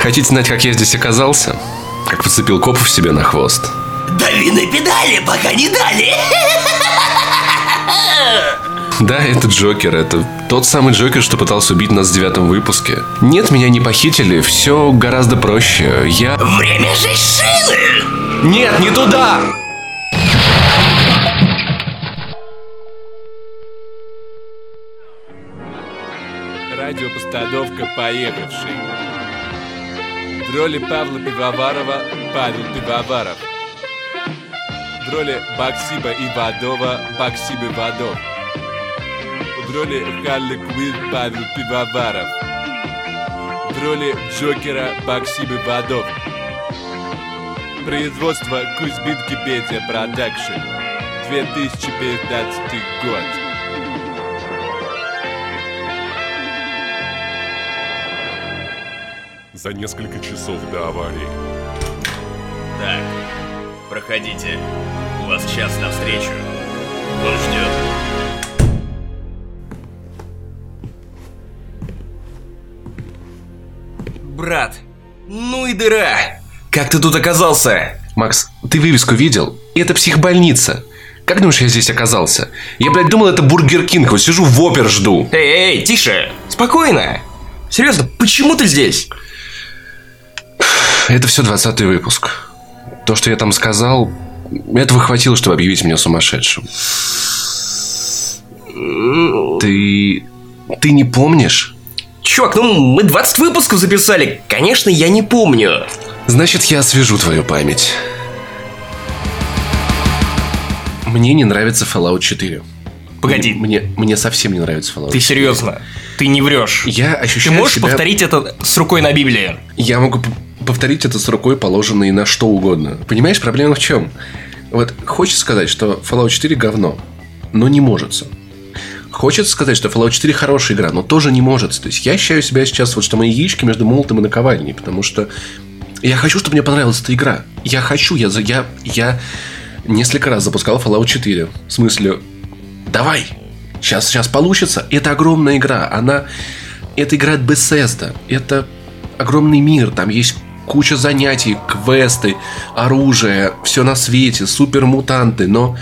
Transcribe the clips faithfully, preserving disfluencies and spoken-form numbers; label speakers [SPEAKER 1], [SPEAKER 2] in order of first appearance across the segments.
[SPEAKER 1] Хотите знать, как я здесь оказался? Как подцепил копов себе на хвост?
[SPEAKER 2] Дави на педали, пока не дали.
[SPEAKER 1] Да, это Джокер, это тот самый Джокер, что пытался убить нас в девятом выпуске. Нет, меня не похитили, все гораздо проще. Я...
[SPEAKER 2] Время же шины!
[SPEAKER 1] Нет, не туда!
[SPEAKER 3] Радиопостановка «Поехавший». В роли Павла Пивоварова Павел Пивоваров. В роли Максима Иванова Максим Иванов. В роли Халли Квинн Павел Пивоваров. В роли Джокера Максим Иванов. Производство Кузьминки Медиа Продакшн. две тысячи пятнадцатый год.
[SPEAKER 4] За несколько часов до аварии.
[SPEAKER 2] Так, проходите. У вас час навстречу. Он ждет. Брат, ну и дыра. Как ты тут оказался?
[SPEAKER 1] Макс, ты вывеску видел? Это психбольница. Как думаешь, я здесь оказался? Я, блядь, думал, это Бургер Кинг. Вот сижу в опер жду.
[SPEAKER 2] Эй, эй, тише. Спокойно. Серьезно, почему ты здесь?
[SPEAKER 1] Это все двадцатый выпуск. То, что я там сказал, этого хватило, чтобы объявить меня сумасшедшим. Ты... Ты не помнишь?
[SPEAKER 2] Чувак, ну мы двадцать выпусков записали. Конечно, я не помню.
[SPEAKER 1] Значит, я освежу твою память. Мне не нравится Fallout четыре.
[SPEAKER 2] Погоди.
[SPEAKER 1] Мне, мне совсем не нравится Fallout
[SPEAKER 2] Ты
[SPEAKER 1] четыре.
[SPEAKER 2] серьезно? Ты не врешь.
[SPEAKER 1] Я ощущаю
[SPEAKER 2] Ты можешь
[SPEAKER 1] себя...
[SPEAKER 2] повторить это с рукой на Библии?
[SPEAKER 1] Я могу повторить это с рукой, положенной на что угодно. Понимаешь, проблема в чем? Вот хочется сказать, что Fallout четыре говно, но не может. Хочется сказать, что Fallout четыре хорошая игра, но тоже не может. То есть я ощущаю себя сейчас, вот что мои яички между молотом и наковальней, потому что я хочу, чтобы мне понравилась эта игра. Я хочу, я, я, я несколько раз запускал Fallout четыре. В смысле, давай, сейчас, сейчас получится. Это огромная игра, она... Это игра от Bethesda, это огромный мир, там есть куча занятий, квесты, оружие, все на свете, супермутанты, но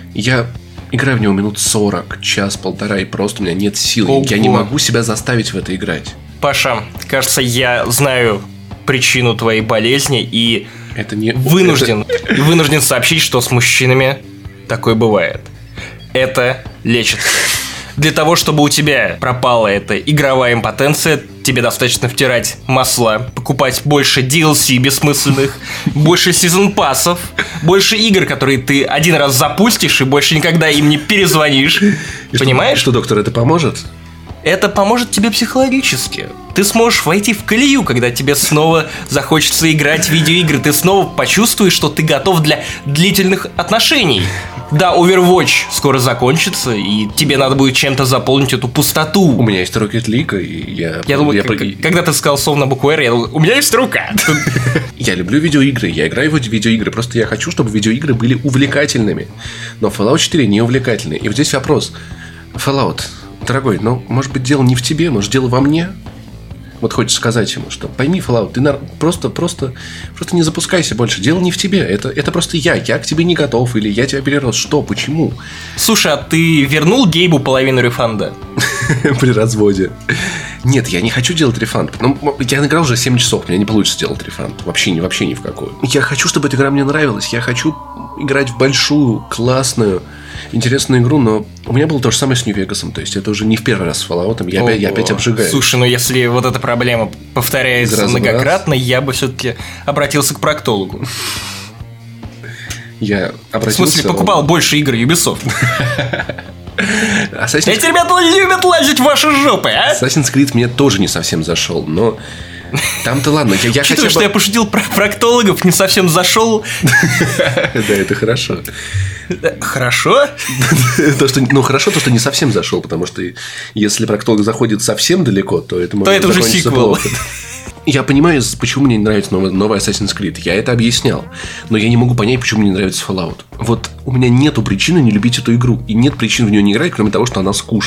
[SPEAKER 1] я играю в него минут сорок, час-полтора, и просто у меня нет сил. Ого. Я не могу себя заставить в это играть.
[SPEAKER 2] Паша, кажется, я знаю причину твоей болезни и
[SPEAKER 1] это не...
[SPEAKER 2] вынужден,
[SPEAKER 1] это...
[SPEAKER 2] вынужден сообщить, что с мужчинами такое бывает. Это лечится. Для того, чтобы у тебя пропала эта игровая импотенция, тебе достаточно втирать масла, покупать больше ди эл си бессмысленных, больше сезон-пассов, больше игр, которые ты один раз запустишь и больше никогда им не перезвонишь.
[SPEAKER 1] И
[SPEAKER 2] понимаешь?
[SPEAKER 1] Что, что, доктор, это поможет?
[SPEAKER 2] Это поможет тебе психологически. Ты сможешь войти в колею, когда тебе снова захочется играть в видеоигры. Ты снова почувствуешь, что ты готов для длительных отношений. Да, Overwatch скоро закончится, и тебе надо будет чем-то заполнить эту пустоту.
[SPEAKER 1] У меня есть Rocket League, и я...
[SPEAKER 2] Я думал,
[SPEAKER 1] я...
[SPEAKER 2] к- я... когда ты сказал слово на букву «Р», я думал, у меня есть рука.
[SPEAKER 1] Я люблю видеоигры, я играю в видеоигры, просто я хочу, чтобы видеоигры были увлекательными. Но Fallout четыре не увлекательный. И вот здесь вопрос. Fallout, дорогой, ну, может быть, дело не в тебе, может, дело во мне? Вот хочется сказать ему, что пойми, Fallout, ты на... просто, просто, просто не запускайся больше. Дело не в тебе. Это, это просто я. Я к тебе не готов. Или я тебя перерос. Что? Почему?
[SPEAKER 2] Слушай, а ты вернул Гейбу половину рефанда?
[SPEAKER 1] При разводе. Нет, я не хочу делать рефанд. Ну, я наиграл уже семь часов. У меня не получится делать рефанд. Вообще, ни, вообще ни в какую. Я хочу, чтобы эта игра мне нравилась. Я хочу играть в большую, классную, интересную игру, но у меня было то же самое с Нью-Вегасом. То есть это уже не в первый раз с Fallout. Я, опять, я опять обжигаю.
[SPEAKER 2] Слушай, ну если вот эта проблема повторяется многократно, я бы все-таки обратился к проктологу.
[SPEAKER 1] Я обратился...
[SPEAKER 2] В смысле, покупал больше игр Ubisoft.
[SPEAKER 1] Assassin's...
[SPEAKER 2] Эти ребята любят лазить в ваши жопы, а?
[SPEAKER 1] Assassin's Creed мне тоже не совсем зашел, но... Там-то ладно, я, я
[SPEAKER 2] Учитывая,
[SPEAKER 1] хотя бы...
[SPEAKER 2] что я пошутил про проктологов, не совсем зашел.
[SPEAKER 1] Да, это хорошо.
[SPEAKER 2] Хорошо?
[SPEAKER 1] То, что, ну, хорошо, то, что не совсем зашел, потому что если проктолог заходит совсем далеко, то это может
[SPEAKER 2] то это уже сиквел.
[SPEAKER 1] Плохо. Я понимаю, почему мне не нравится новый, новый Assassin's Creed. Я это объяснял. Но я не могу понять, почему мне не нравится Fallout. Вот у меня нету причины не любить эту игру. И нет причин в нее не играть, кроме того, что она скучная.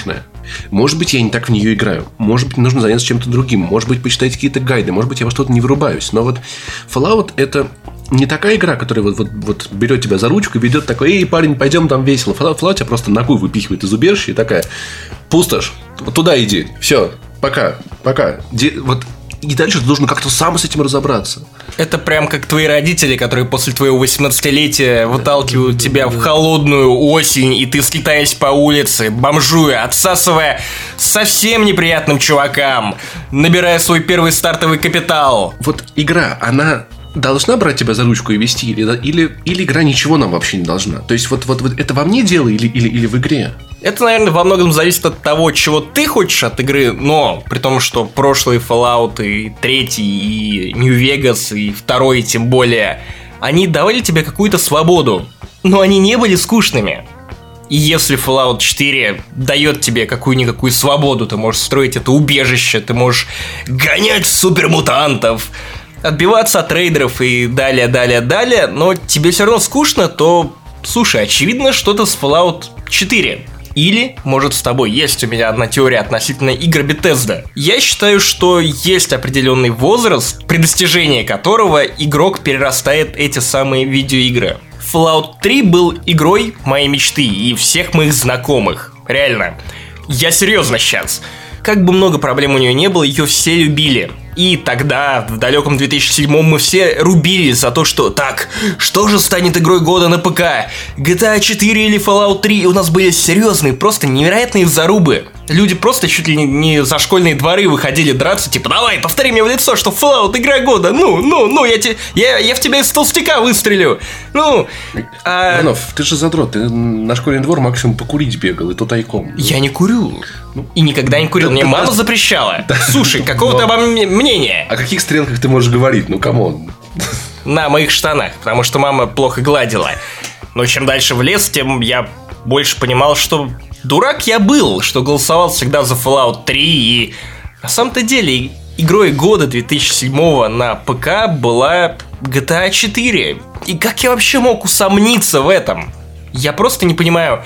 [SPEAKER 1] Может быть, я не так в нее играю. Может быть, нужно заняться чем-то другим. Может быть, почитать какие-то гайды. Может быть, я во что-то не врубаюсь. Но вот Fallout — это не такая игра, которая вот, вот, вот берет тебя за ручку и ведет такой: эй, парень, пойдем, там весело. Fallout, Fallout тебя просто ногой выпихивает из убежища и такая: пустошь, туда иди. Все, пока, пока. Де- вот. И дальше ты должен как-то сам с этим разобраться.
[SPEAKER 2] Это прям как твои родители, которые после твоего восемнадцатилетия выталкивают
[SPEAKER 1] да,
[SPEAKER 2] тебя
[SPEAKER 1] да,
[SPEAKER 2] в
[SPEAKER 1] да.
[SPEAKER 2] холодную осень, и ты слетаешь по улице, бомжуя, отсасывая совсем неприятным чувакам, набирая свой первый стартовый капитал.
[SPEAKER 1] Вот игра, она должна брать тебя за ручку и вести, или, или, или игра ничего нам вообще не должна? То есть вот, вот, вот это во мне дело или, или, или в игре?
[SPEAKER 2] Это, наверное, во многом зависит от того, чего ты хочешь от игры, но при том, что прошлые Fallout, и третий, и New Vegas, и второй тем более, они давали тебе какую-то свободу, но они не были скучными. И если Fallout четыре дает тебе какую-никакую свободу, ты можешь строить это убежище, ты можешь гонять супермутантов, отбиваться от рейдеров и далее, далее, далее, но тебе все равно скучно, то, слушай, очевидно, что-то с Fallout четыре. Или, может, с тобой. Есть у меня одна теория относительно игр Bethesda. Я считаю, что есть определенный возраст, при достижении которого игрок перерастает эти самые видеоигры. Fallout три был игрой моей мечты и всех моих знакомых. Реально. Я серьезно сейчас. Как бы много проблем у нее не было, ее все любили. И тогда, в далеком две тысячи седьмом, мы все рубились за то, что так, что же станет игрой года на ПК? джи ти эй четыре или Fallout три? И у нас были серьезные, просто невероятные зарубы. Люди просто чуть ли не за школьные дворы выходили драться, типа: давай, повтори мне в лицо, что Fallout игра года, ну, ну, ну, я, те, я, я в тебя из толстяка выстрелю. Ну, а...
[SPEAKER 1] Иванов, ты же задрот, ты на школьный двор максимум покурить бегал, и то тайком.
[SPEAKER 2] Я не курю. И никогда не курил.
[SPEAKER 1] Да,
[SPEAKER 2] Мне
[SPEAKER 1] да,
[SPEAKER 2] мама
[SPEAKER 1] да.
[SPEAKER 2] запрещала.
[SPEAKER 1] Да.
[SPEAKER 2] Слушай, какого
[SPEAKER 1] Но-
[SPEAKER 2] ты обо мне мнения?
[SPEAKER 1] О каких стрелках ты можешь говорить? Ну, камон.
[SPEAKER 2] На моих штанах, потому что мама плохо гладила. Но чем дальше в лес, тем я больше понимал, что дурак я был, что голосовал всегда за Fallout три. И на самом-то деле игрой года две тысячи седьмого на ПК была джи ти эй четыре. И как я вообще мог усомниться в этом? Я просто не понимаю.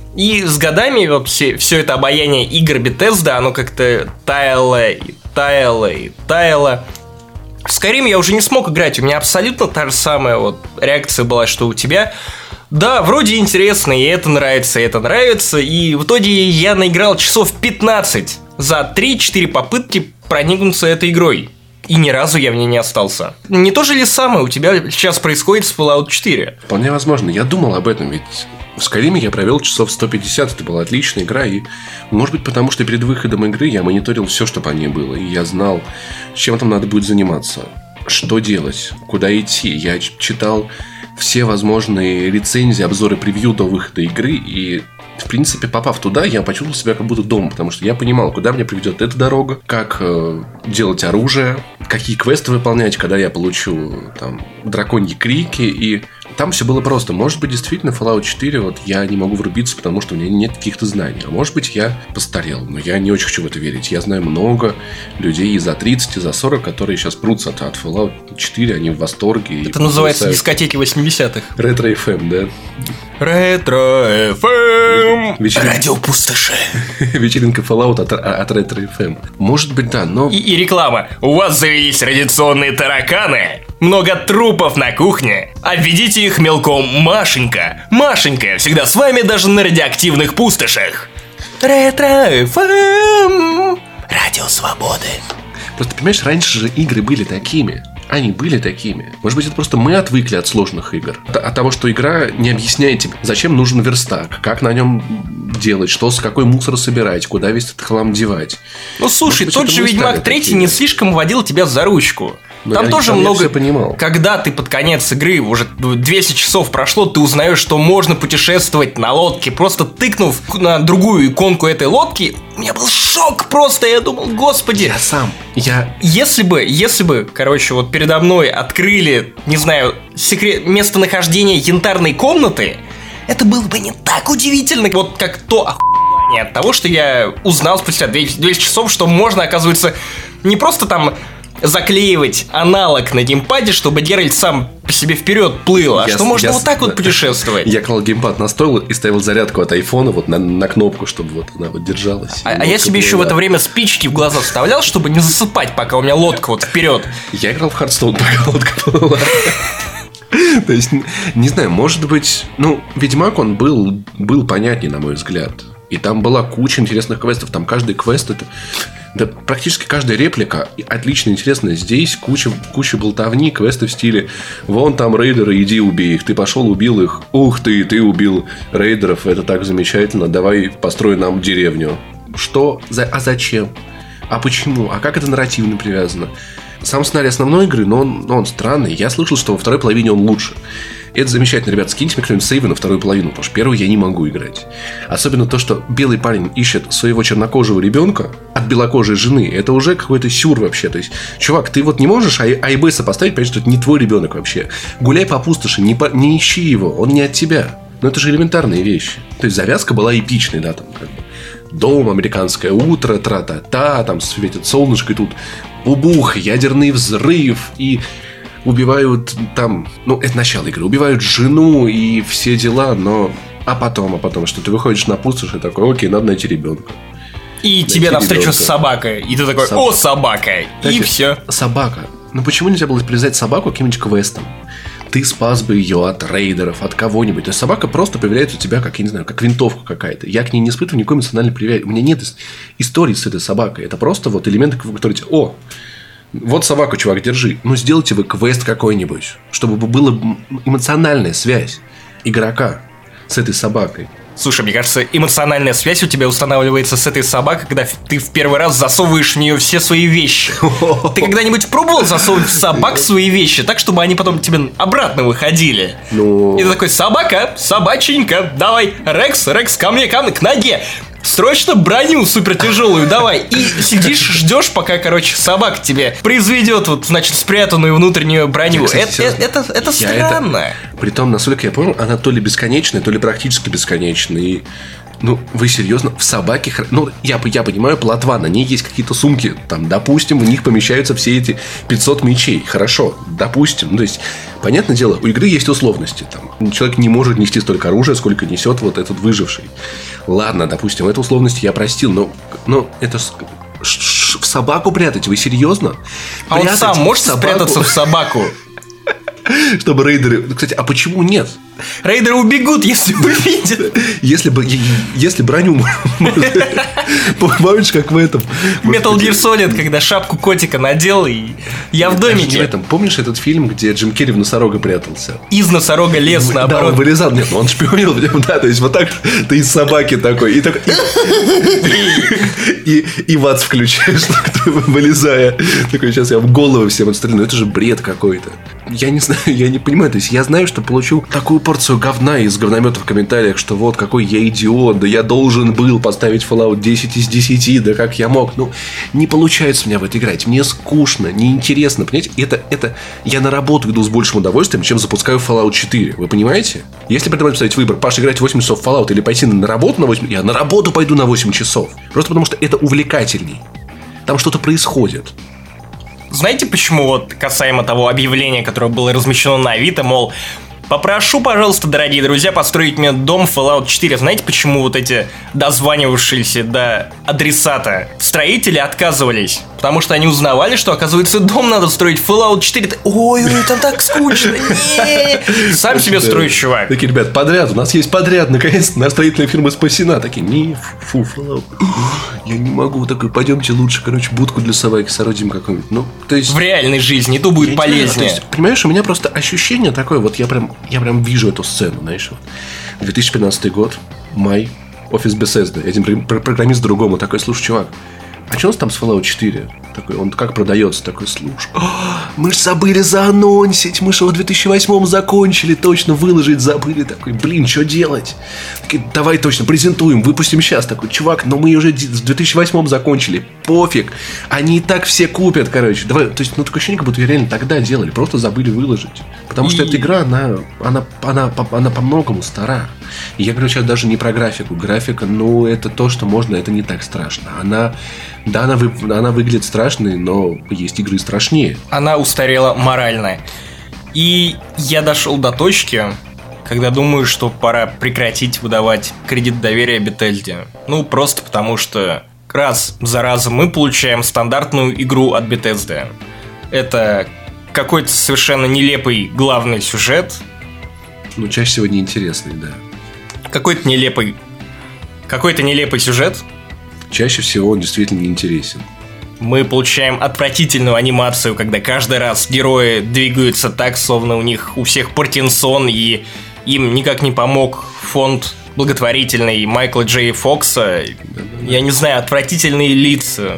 [SPEAKER 2] И с годами вот все, все это обаяние игр Bethesda, оно как-то таяло и таяло и таяло. В Skyrim я уже не смог играть, у меня абсолютно та же самая вот реакция была, что у тебя. Да, вроде интересно, и это нравится, и это нравится, и в итоге я наиграл часов пятнадцать за три-четыре попытки проникнуться этой игрой. И ни разу я в ней не остался. Не то же ли самое у тебя сейчас происходит с Fallout четыре?
[SPEAKER 1] Вполне возможно. Я думал об этом, ведь в Skyrim я провел часов сто пятьдесят. Это была отличная игра. И, может быть, потому что перед выходом игры я мониторил все, что по ней было. И я знал, чем там надо будет заниматься, что делать, куда идти. Я ч- читал все возможные рецензии, обзоры, превью до выхода игры. И, в принципе, попав туда, я почувствовал себя как будто дома. Потому что я понимал, куда мне приведет эта дорога, как э, делать оружие, какие квесты выполнять, когда я получу там драконьи крики. И там все было просто. Может быть, действительно, Fallout четыре вот я не могу врубиться, потому что у меня нет каких-то знаний. А может быть, я постарел. Но я не очень хочу в это верить. Я знаю много людей и за тридцать, и за сорок, которые сейчас прутся от, от Fallout четыре. Они в восторге.
[SPEAKER 2] Это называется дискотеки восьмидесятых.
[SPEAKER 1] Ретро-эф эм, да?
[SPEAKER 2] Ретро-эф эм.
[SPEAKER 1] Вечерин-
[SPEAKER 2] Радио пустоши.
[SPEAKER 1] Вечеринка Fallout от, от Ретро-эф эм. Может быть, да, но...
[SPEAKER 2] И, и реклама. У вас завелись радиационные тараканы? Много трупов на кухне? Обведите их мелком Машенька. Машенька всегда с вами даже на радиоактивных пустошах. Ретро-эф эм. Радио свободы.
[SPEAKER 1] Просто, понимаешь, раньше же игры были такими. Они были такими. Может быть, это просто мы отвыкли от сложных игр. От, от того, что игра не объясняет тебе, зачем нужен верстак, как на нем делать, что с какой мусор собирать, куда весь этот хлам девать.
[SPEAKER 2] Ну слушай,
[SPEAKER 1] Может быть,
[SPEAKER 2] тот
[SPEAKER 1] это
[SPEAKER 2] же
[SPEAKER 1] мы
[SPEAKER 2] Ведьмак
[SPEAKER 1] стали
[SPEAKER 2] три
[SPEAKER 1] такими.
[SPEAKER 2] не слишком водил тебя за ручку.
[SPEAKER 1] Но
[SPEAKER 2] Там
[SPEAKER 1] я-
[SPEAKER 2] тоже
[SPEAKER 1] там я
[SPEAKER 2] много...
[SPEAKER 1] всё понимал.
[SPEAKER 2] Когда ты под конец игры, уже двести часов прошло, ты узнаешь, что можно путешествовать на лодке. Просто тыкнув на другую иконку этой лодки, у меня был шок просто. Я думал, господи.
[SPEAKER 1] Я сам. Я...
[SPEAKER 2] Если бы, если бы, короче, вот передо мной открыли, не знаю, секрет, местонахождение янтарной комнаты, это было бы не так удивительно, вот как то охуение от того, что я узнал спустя двести часов, что можно, оказывается, не просто там заклеивать аналог на геймпаде, чтобы Геральт сам по себе вперед плыл. А
[SPEAKER 1] Я
[SPEAKER 2] что
[SPEAKER 1] с-
[SPEAKER 2] можно
[SPEAKER 1] я
[SPEAKER 2] вот
[SPEAKER 1] с-
[SPEAKER 2] так вот путешествовать?
[SPEAKER 1] Я клал геймпад на стол и ставил зарядку от айфона вот на, на кнопку, чтобы вот она вот держалась.
[SPEAKER 2] А,
[SPEAKER 1] И
[SPEAKER 2] а я
[SPEAKER 1] лодка
[SPEAKER 2] себе еще в
[SPEAKER 1] плыла.
[SPEAKER 2] это время спички в глаза вставлял, чтобы не засыпать, пока у меня лодка вот вперед.
[SPEAKER 1] Я играл в Hearthstone, пока лодка плыла. То есть, н- не знаю, может быть... Ну, Ведьмак, он был, был понятней, на мой взгляд. И там была куча интересных квестов. Там каждый квест это... Да практически каждая реплика отлично интересная. Здесь куча, куча болтовни, квесты в стиле: вон там рейдеры, иди убей их. Ты пошел, убил их. Ух ты, ты убил рейдеров. Это так замечательно. Давай построй нам деревню. Что? За... А зачем? А почему? А как это нарративно привязано? Сам сценарий основной игры, но он, но он странный. Я слышал, что во второй половине он лучше. Это замечательно, ребят. Скиньте мне кто-нибудь сейвы на вторую половину, потому что первую я не могу играть. Особенно то, что белый парень ищет своего чернокожего ребенка от белокожей жены. Это уже какой-то сюр вообще. То есть, чувак, ты вот не можешь А, а и Б сопоставить, понять, что это не твой ребенок вообще. Гуляй по пустоши, не, по, не ищи его, он не от тебя. Но это же элементарные вещи. То есть, завязка была эпичной, да, там как бы. Дом, американское утро, тра-та-та, там светит солнышко, и тут бубух, ядерный взрыв, и убивают там... Ну, это начало игры. Убивают жену и все дела, но... А потом, а потом, что ты выходишь на пустошь и такой: окей, надо найти ребенка.
[SPEAKER 2] И
[SPEAKER 1] Найти
[SPEAKER 2] тебе навстречу
[SPEAKER 1] ребенка.
[SPEAKER 2] с собакой. И ты такой:
[SPEAKER 1] Соб-
[SPEAKER 2] о, собака. И
[SPEAKER 1] Знаете,
[SPEAKER 2] все.
[SPEAKER 1] Собака. Ну почему нельзя было привязать собаку к каким-нибудь квестам? Ты спас бы ее от рейдеров, от кого-нибудь. То есть собака просто появляется у тебя, как, я не знаю, как винтовка какая-то. Я к ней не испытываю никакой эмоциональной привязки. У меня нет ис- истории с этой собакой. Это просто вот элементы, которые тебе: о, вот собаку, чувак, держи. Ну, сделайте вы квест какой-нибудь, чтобы была эмоциональная связь игрока с этой собакой.
[SPEAKER 2] Слушай, мне кажется, эмоциональная связь у тебя устанавливается с этой собакой, когда ф- ты в первый раз засовываешь в нее все свои вещи. Ты когда-нибудь пробовал засовывать в собак свои вещи так, чтобы они потом тебе обратно выходили?
[SPEAKER 1] Ну...
[SPEAKER 2] И ты такой: собака, собаченька, давай, Рекс, Рекс, ко мне, ко мне, к ноге. Срочно броню супер тяжелую давай. И сидишь, ждешь, пока, короче, собака тебе произведет вот, значит, спрятанную внутреннюю броню.
[SPEAKER 1] Я, кстати,
[SPEAKER 2] это,
[SPEAKER 1] серьезно,
[SPEAKER 2] это, это, это
[SPEAKER 1] я
[SPEAKER 2] странно.
[SPEAKER 1] это- Притом, насколько я понял, она то ли бесконечная, то ли практически бесконечная. И, ну, вы серьезно, в собаке... хра- Ну, я, я понимаю, плотва, на ней есть какие-то сумки. Там, допустим, в них помещаются все эти пятьсот мечей. Хорошо, допустим. Ну, то есть, понятное дело, у игры есть условности. Там, человек не может нести столько оружия, сколько несет вот этот выживший. Ладно, допустим, эту условность я простил, но, но это... с- ш- ш- В собаку прятать? Вы серьезно?
[SPEAKER 2] А он
[SPEAKER 1] Прятать
[SPEAKER 2] сам может
[SPEAKER 1] собаку?
[SPEAKER 2] спрятаться в собаку?
[SPEAKER 1] Чтобы рейдеры... Кстати, а почему нет?
[SPEAKER 2] Рейдеры убегут, если увидят.
[SPEAKER 1] Если бы... Если броню... Помнишь, как в этом...
[SPEAKER 2] Metal Gear Solid, когда шапку котика надел, и я в
[SPEAKER 1] Даже не в
[SPEAKER 2] домике.
[SPEAKER 1] этом. Помнишь этот фильм, где Джим Керри в носорога прятался?
[SPEAKER 2] Из носорога лез,
[SPEAKER 1] Да, он
[SPEAKER 2] наоборот.
[SPEAKER 1] вылезал. Нет, ну он шпионил. Да, то есть вот так ты из собаки такой. И так... И, и ватс включаешь, так, вылезая. Такой: сейчас я в голову всем отстрелю. Ну это же бред какой-то. Я не знаю, я не понимаю. То есть я знаю, что получу такую порцию говна из говнометов в комментариях, что вот какой я идиот, да я должен был поставить Fallout десять из десяти, да как я мог. Ну, не получается у меня в это играть. Мне скучно, неинтересно. Понимаете, это, это я на работу иду с большим удовольствием, чем запускаю Fallout четыре. Вы понимаете? Если при этом поставить выбор: Паша, играть восемь часов в Fallout или пойти на работу на восемь, я на работу пойду на восемь часов. Просто потому что это увлекательней. Там что-то происходит.
[SPEAKER 2] Знаете, почему вот касаемо того объявления, которое было размещено на Авито, мол, попрошу, пожалуйста, дорогие друзья, построить мне дом в Fallout четыре. Знаете, почему вот эти дозванивавшиеся до адресата строители отказывались? Потому что они узнавали, что, оказывается, дом надо строить в Fallout четыре. Ой, ой, там так скучно. Не. Сам себе строй, чувак.
[SPEAKER 1] Такие: ребят, подряд, у нас есть подряд. Наконец-то наша строительная фирма спасена. Такие: не, фу, Fallout. Я не могу. Такой: пойдемте лучше, короче, будку для собаки соорудим какую-нибудь. Ну, то есть...
[SPEAKER 2] В реальной жизни, то будет
[SPEAKER 1] Я не знаю, то
[SPEAKER 2] полезнее.
[SPEAKER 1] есть, понимаешь, у меня просто ощущение такое, вот я прям, я прям вижу эту сцену, знаешь, вот. две тысячи пятнадцатый год, май, офис Bethesda, один про- программист другому такой: слушай, чувак, а что у нас там с Fallout четыре? Такой, он как продается? Такой: слушай, «А, мы же забыли заанонсить, мы же его в две тысячи восьмом закончили, точно выложить забыли. Такой: блин, что делать? Такие: давай точно, презентуем, выпустим сейчас. Такой: чувак, но мы уже в две тысячи восьмом закончили, пофиг, они и так все купят, короче. Давай, то есть, ну, такое ощущение, как будто реально тогда делали, просто забыли выложить. Потому что
[SPEAKER 2] И-
[SPEAKER 1] эта игра, она, она, она, она, она по-многому стара. И я говорю сейчас даже не про графику. Графика, ну, это то, что можно, это не так страшно. Она Да, она, вы, она выглядит страшной, но есть игры страшнее.
[SPEAKER 2] Она устарела морально. И я дошел до точки, когда думаю, что пора прекратить выдавать кредит доверия Bethesda. Ну, просто потому что раз за разом мы получаем стандартную игру от Bethesda. Это какой-то совершенно нелепый главный сюжет.
[SPEAKER 1] Ну, чаще всего неинтересный, да.
[SPEAKER 2] Какой-то нелепый... Какой-то нелепый сюжет.
[SPEAKER 1] Чаще всего он действительно неинтересен.
[SPEAKER 2] Мы получаем отвратительную анимацию, когда каждый раз герои двигаются так, словно у них у всех Паркинсон, и им никак не помог фонд благотворительный Майкла Джей Фокса. Я не знаю, отвратительные лица.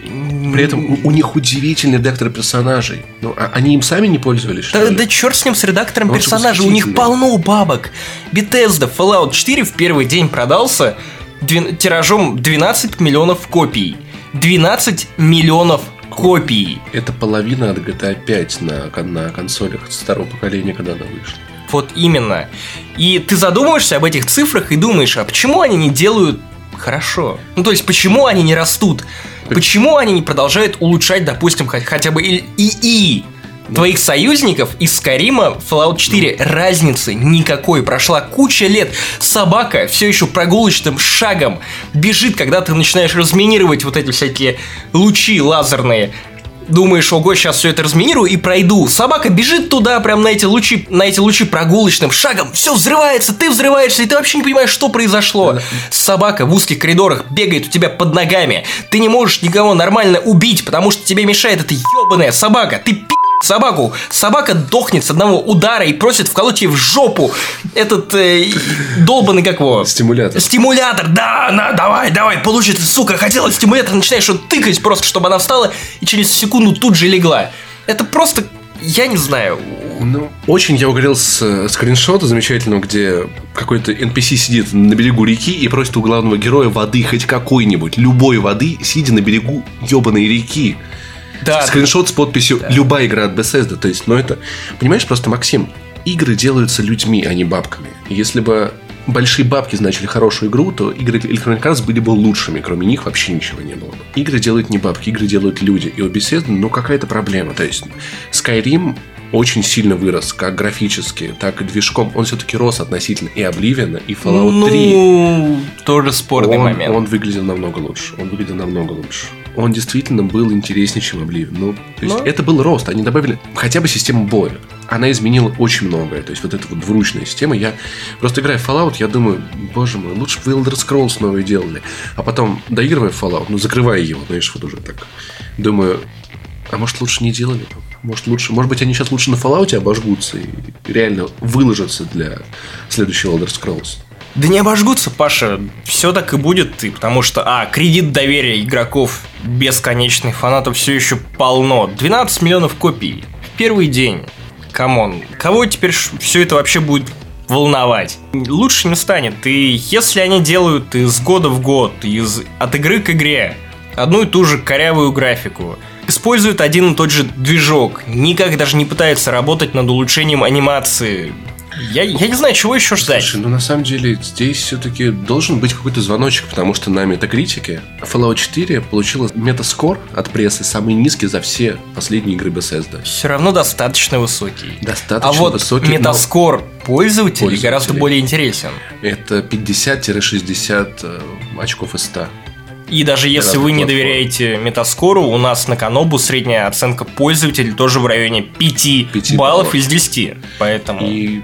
[SPEAKER 1] При этом у, у них удивительный редактор персонажей. Ну, а они им сами не пользовались, что
[SPEAKER 2] Да,
[SPEAKER 1] ли?
[SPEAKER 2] да черт с ним, с редактором
[SPEAKER 1] Он
[SPEAKER 2] персонажей, у них полно бабок. Bethesda Fallout четыре в первый день продался две- тиражом двенадцать миллионов копий. двенадцать миллионов копий.
[SPEAKER 1] Это половина от джи ти эй пять на, на консолях второго поколения, когда она вышла.
[SPEAKER 2] Вот именно. И ты задумываешься об этих цифрах и думаешь, а почему они не делают хорошо? Ну, то есть, почему они не растут? Почему они не продолжают улучшать, допустим, хотя бы ИИ твоих союзников из Скайрима в Fallout четыре? Разницы никакой. Прошла куча лет. Собака все еще прогулочным шагом бежит, когда ты начинаешь разминировать вот эти всякие лучи лазерные. Думаешь, ого, сейчас все это разминирую и пройду. Собака бежит туда, прям на эти лучи, на эти лучи прогулочным шагом. Все взрывается, ты взрываешься, и ты вообще не понимаешь, что произошло. Собака в узких коридорах бегает у тебя под ногами. Ты не можешь никого нормально убить, потому что тебе мешает эта ебаная собака. Ты пи*** собаку. Собака дохнет с одного удара и просит вколоть ей в жопу этот э, долбанный, как его?
[SPEAKER 1] Стимулятор.
[SPEAKER 2] Стимулятор, да, на, давай, давай, получи ты, сука, хотела стимулятор, начинаешь ее тыкать просто, чтобы она встала и через секунду тут же легла. Это просто, я не знаю.
[SPEAKER 1] Ну, очень я угорел с скриншота замечательного, где какой-то эн пи си сидит на берегу реки и просит у главного героя воды, хоть какой-нибудь, любой воды, сидя на берегу ебаной реки.
[SPEAKER 2] Да.
[SPEAKER 1] Скриншот с подписью да. «Любая игра от Bethesda». То есть, ну это... Понимаешь, просто, Максим, игры делаются людьми, а не бабками. Если бы большие бабки значили хорошую игру, то игры Electronic Arts были бы лучшими. Кроме них вообще ничего не было бы. Игры делают не бабки, игры делают люди. И у Bethesda, ну, какая-то проблема. То есть, Skyrim очень сильно вырос, как графически, так и движком. Он все-таки рос относительно и Oblivion, и Fallout три.
[SPEAKER 2] Ну, тоже спорный
[SPEAKER 1] он,
[SPEAKER 2] момент.
[SPEAKER 1] Он выглядел намного лучше. Он выглядел намного лучше. Он действительно был интереснее, чем Oblivion. Ну, то есть,
[SPEAKER 2] Но...
[SPEAKER 1] это был рост. Они добавили хотя бы систему боя. Она изменила очень многое. То есть, вот эта вот двуручная система. Я просто играя в Fallout, я думаю, боже мой, лучше бы Elder Scrolls новые делали. А потом, доигрывая в Fallout, ну, закрывая его, знаешь, вот уже так. Думаю, а может, лучше не делали? Может, лучше, может быть, они сейчас лучше на Fallout обожгутся и реально выложатся для следующего Elder Scrolls.
[SPEAKER 2] Да не обожгутся, Паша. Все так и будет. И потому что, а, кредит доверия игроков бесконечных фанатов все еще полно. двенадцать миллионов копий в первый день. Камон. Кого теперь все это вообще будет волновать? Лучше не станет. И если они делают из года в год, из от игры к игре, одну и ту же корявую графику, используют один и тот же движок, никак даже не пытаются работать над улучшением анимации. Я, я не знаю, чего еще ждать.
[SPEAKER 1] Слушай, ну на самом деле здесь все-таки должен быть какой-то звоночек, потому что на метакритике Fallout четыре получила метаскор от прессы самый низкий за все последние игры Bethesda.
[SPEAKER 2] Все равно достаточно высокий.
[SPEAKER 1] Достаточно
[SPEAKER 2] а вот
[SPEAKER 1] высокий.
[SPEAKER 2] метаскор пользователей,
[SPEAKER 1] пользователей
[SPEAKER 2] гораздо более интересен.
[SPEAKER 1] Это пятьдесят-шестьдесят очков из ста.
[SPEAKER 2] И даже если
[SPEAKER 1] Разных
[SPEAKER 2] вы не
[SPEAKER 1] платформ.
[SPEAKER 2] доверяете метаскору, у нас на Канобу средняя оценка пользователей тоже в районе пяти баллов
[SPEAKER 1] баллов.
[SPEAKER 2] из десяти. Поэтому...
[SPEAKER 1] И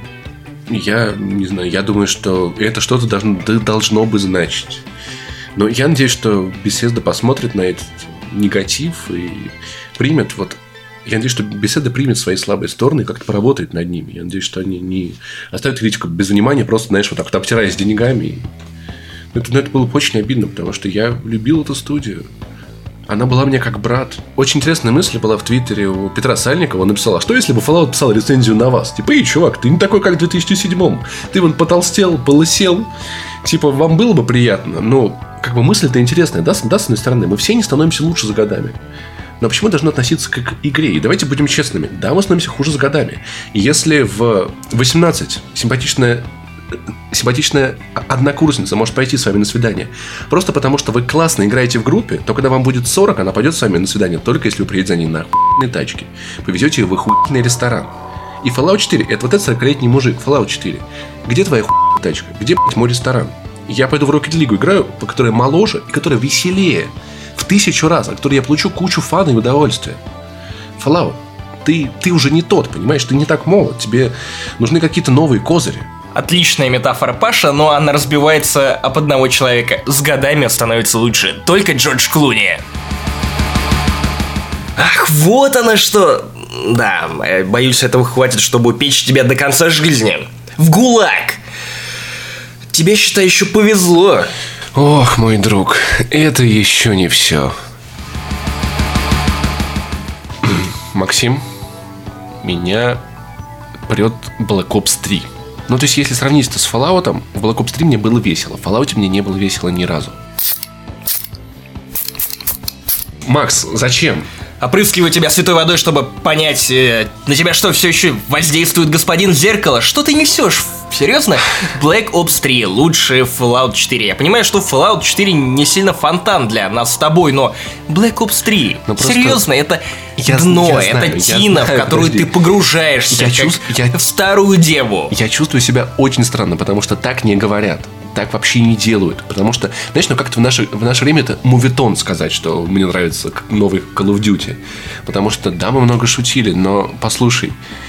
[SPEAKER 1] я не знаю, я думаю, что это что-то должно, должно бы значить. Но я надеюсь, что Bethesda посмотрит на этот негатив и примет вот. Я надеюсь, что Bethesda примет свои слабые стороны и как-то поработает над ними. Я надеюсь, что они не оставят критику без внимания, просто, знаешь, вот так вот обтираясь деньгами. Это, ну, это было бы очень обидно, потому что я любил эту студию. Она была мне как брат. Очень интересная мысль была в Твиттере у Петра Сальникова. Он написал: а что если бы Fallout писал рецензию на вас? Типа, эй, чувак, ты не такой, как в две тысячи седьмом. Ты вон потолстел, полысел. Типа, вам было бы приятно. Но, как бы, мысль-то интересная, да, да, с одной стороны. Мы все не становимся лучше за годами. Но почему должны относиться к игре? И давайте будем честными. Да, мы становимся хуже с годами. И если в восемнадцать симпатичная симпатичная однокурсница может пойти с вами на свидание. Просто потому, что вы классно играете в группе, то когда вам будет сорок, она пойдет с вами на свидание, только если вы приедете за ней на охуенной тачке. Повезете ее в охуенный ресторан. И Fallout четыре, это вот этот сорокалетний мужик, Fallout четыре. Где твоя охуенная тачка? Где, блядь, мой ресторан? Я пойду в Rocket League играю, которая моложе и которая веселее в тысячу раз, от которой я получу кучу фана и удовольствия. Fallout, ты, ты уже не тот, понимаешь? Ты не так молод. Тебе нужны какие-то новые козыри.
[SPEAKER 2] Отличная метафора, Паша, но она разбивается об одного человека. С годами становится лучше. Только Джордж Клуни. Ах, вот оно что. Да, боюсь, этого хватит, чтобы упечь тебя до конца жизни. В ГУЛАГ. Тебе, считай, еще повезло.
[SPEAKER 1] Ох, мой друг, это еще не все. Максим, меня прет Black Ops три. Ну, то есть, если сравнить это с Fallout, в Black Ops три мне было весело. В Fallout мне не было весело ни разу. Макс, зачем?
[SPEAKER 2] Опрыскиваю тебя святой водой, чтобы понять, э, на тебя что, все еще воздействует господин Зеркало? Что ты несешь? Серьезно? Black Ops три лучше Fallout четыре. Я понимаю, что Fallout четыре не сильно фонтан для нас с тобой, но Black Ops три,
[SPEAKER 1] но просто...
[SPEAKER 2] серьезно, это
[SPEAKER 1] я,
[SPEAKER 2] дно,
[SPEAKER 1] я
[SPEAKER 2] это
[SPEAKER 1] знаю,
[SPEAKER 2] тина,
[SPEAKER 1] знаю,
[SPEAKER 2] в которую
[SPEAKER 1] подожди.
[SPEAKER 2] ты погружаешься,
[SPEAKER 1] я
[SPEAKER 2] как
[SPEAKER 1] чувств... я...
[SPEAKER 2] в старую деву.
[SPEAKER 1] Я чувствую себя очень странно, потому что так не говорят. Так вообще не делают. Потому что, знаешь, ну как-то в наше, в наше время это мувитон сказать, что мне нравится новый Call of Duty. Потому что, да, мы много шутили, но послушай.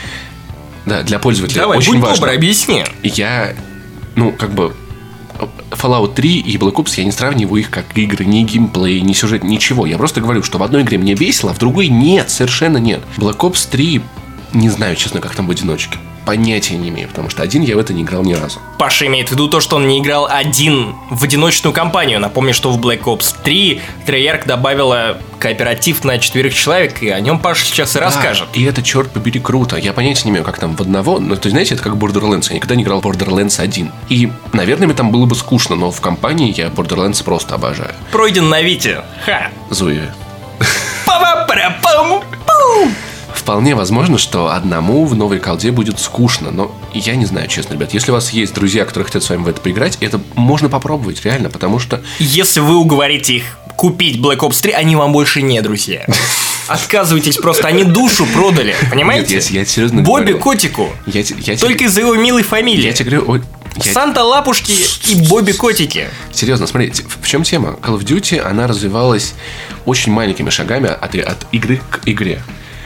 [SPEAKER 1] Да, для пользователя
[SPEAKER 2] Давай,
[SPEAKER 1] очень
[SPEAKER 2] будь
[SPEAKER 1] важно.
[SPEAKER 2] добр, объясни.
[SPEAKER 1] Я, ну, как бы Fallout три и Black Ops, я не сравниваю их как игры, ни геймплей, ни сюжет, ничего. Я просто говорю, что в одной игре мне весело, а в другой нет, совершенно нет. Black Ops три, не знаю, честно, как там в одиночке. Понятия не имею, потому что один я в это не играл ни разу.
[SPEAKER 2] Паша имеет в виду то, что он не играл один в одиночную кампанию. Напомню, что в Black Ops три Treyarch добавила кооператив на четверых человек, и о нем Паша сейчас и
[SPEAKER 1] да,
[SPEAKER 2] расскажет.
[SPEAKER 1] И это, черт побери, круто. Я понятия не имею, как там в одного. Но, то есть, знаете, это как Borderlands. Я никогда не играл в Borderlands один. И, наверное, мне там было бы скучно, но в компании я Borderlands просто обожаю.
[SPEAKER 2] Пройден на Вите. Ха!
[SPEAKER 1] Зуя.
[SPEAKER 2] Па-па-пара-пам!
[SPEAKER 1] Вполне возможно, что одному в новой колде будет скучно, но я не знаю, честно, ребят. Если у вас есть друзья, которые хотят с вами в это поиграть, это можно попробовать, реально, потому что...
[SPEAKER 2] Если вы уговорите их купить Black Ops три, они вам больше не друзья. Отказывайтесь просто, они душу продали, понимаете?
[SPEAKER 1] Нет, я, я серьезно
[SPEAKER 2] Бобби
[SPEAKER 1] говорю.
[SPEAKER 2] Котику.
[SPEAKER 1] Я, я
[SPEAKER 2] Только
[SPEAKER 1] тебе...
[SPEAKER 2] из-за его милой фамилии.
[SPEAKER 1] Я тебе говорю... Я...
[SPEAKER 2] Санта Лапушки и Бобби Котики.
[SPEAKER 1] Серьезно, смотрите, в чем тема? Call of Duty, она развивалась очень маленькими шагами от, от игры к игре.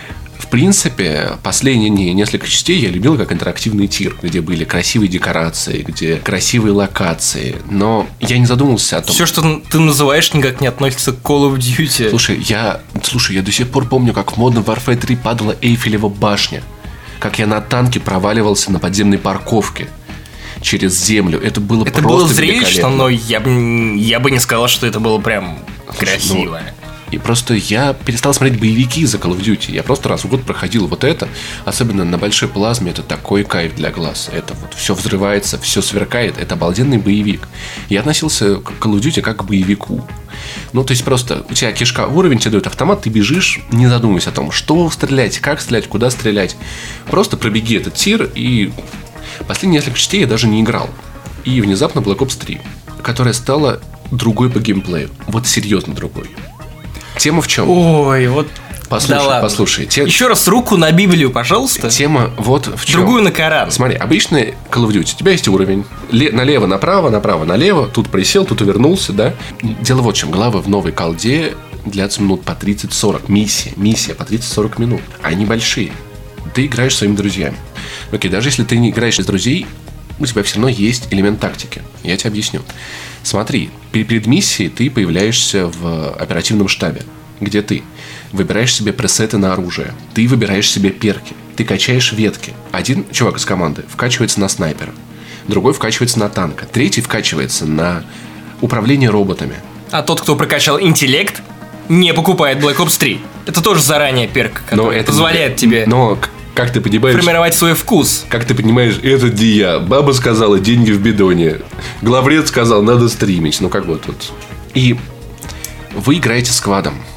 [SPEAKER 1] В принципе, последние несколько частей я любил как интерактивный тир, где были красивые декорации, где красивые локации, но я не задумывался о том...
[SPEAKER 2] Все, что ты называешь, никак не относится к Call of Duty.
[SPEAKER 1] Слушай, я, слушай, я до сих пор помню, как в Modern Warfare три падала Эйфелева башня, как я на танке проваливался на подземной парковке через землю. Это было
[SPEAKER 2] это
[SPEAKER 1] просто
[SPEAKER 2] было зрелищно,
[SPEAKER 1] великолепно.
[SPEAKER 2] но я бы, я бы не сказал, что это было прям красиво.
[SPEAKER 1] Ну, и просто я перестал смотреть боевики за Call of Duty. Я просто раз в год проходил вот это. Особенно на большой плазме. Это такой кайф для глаз. Это вот все взрывается, все сверкает. Это обалденный боевик. Я относился к Call of Duty как к боевику. Ну, то есть просто у тебя кишка уровень, тебе дают автомат, ты бежишь, не задумываясь о том, что стрелять, как стрелять, куда стрелять. Просто пробеги этот тир. И последние несколько частей я даже не играл. И внезапно Black Ops три, которая стала другой по геймплею. Вот серьезно другой. Тема в чем?
[SPEAKER 2] Ой, вот.
[SPEAKER 1] Послушай,
[SPEAKER 2] да
[SPEAKER 1] послушай. Те...
[SPEAKER 2] Еще раз руку на Библию, пожалуйста.
[SPEAKER 1] Тема вот в чем.
[SPEAKER 2] Другую на Коран.
[SPEAKER 1] Смотри, обычный Call of Duty. У тебя есть уровень. Ле- налево, направо, направо, налево. Тут присел, тут увернулся, да? Дело вот в чем. Главы в новой колде длятся минут по тридцать-сорок. Миссия. Миссия по тридцать-сорок минут. Они большие. Ты играешь со своими друзьями. Окей, даже если ты не играешь с друзей, у тебя все равно есть элемент тактики. Я тебе объясню. Смотри, перед миссией ты появляешься в оперативном штабе, где ты выбираешь себе пресеты на оружие, ты выбираешь себе перки, ты качаешь ветки. Один чувак из команды вкачивается на снайпера, другой вкачивается на танка, третий вкачивается на управление роботами.
[SPEAKER 2] А тот, кто прокачал интеллект, не покупает Black Ops три. Это тоже заранее перк, который
[SPEAKER 1] Но это
[SPEAKER 2] позволяет тебе
[SPEAKER 1] Но, как ты понимаешь...
[SPEAKER 2] формировать свой вкус.
[SPEAKER 1] Как ты понимаешь, это не я. Баба сказала, деньги в бидоне. Главред сказал, надо стримить. Ну, как вот тут. И вы играете сквадом.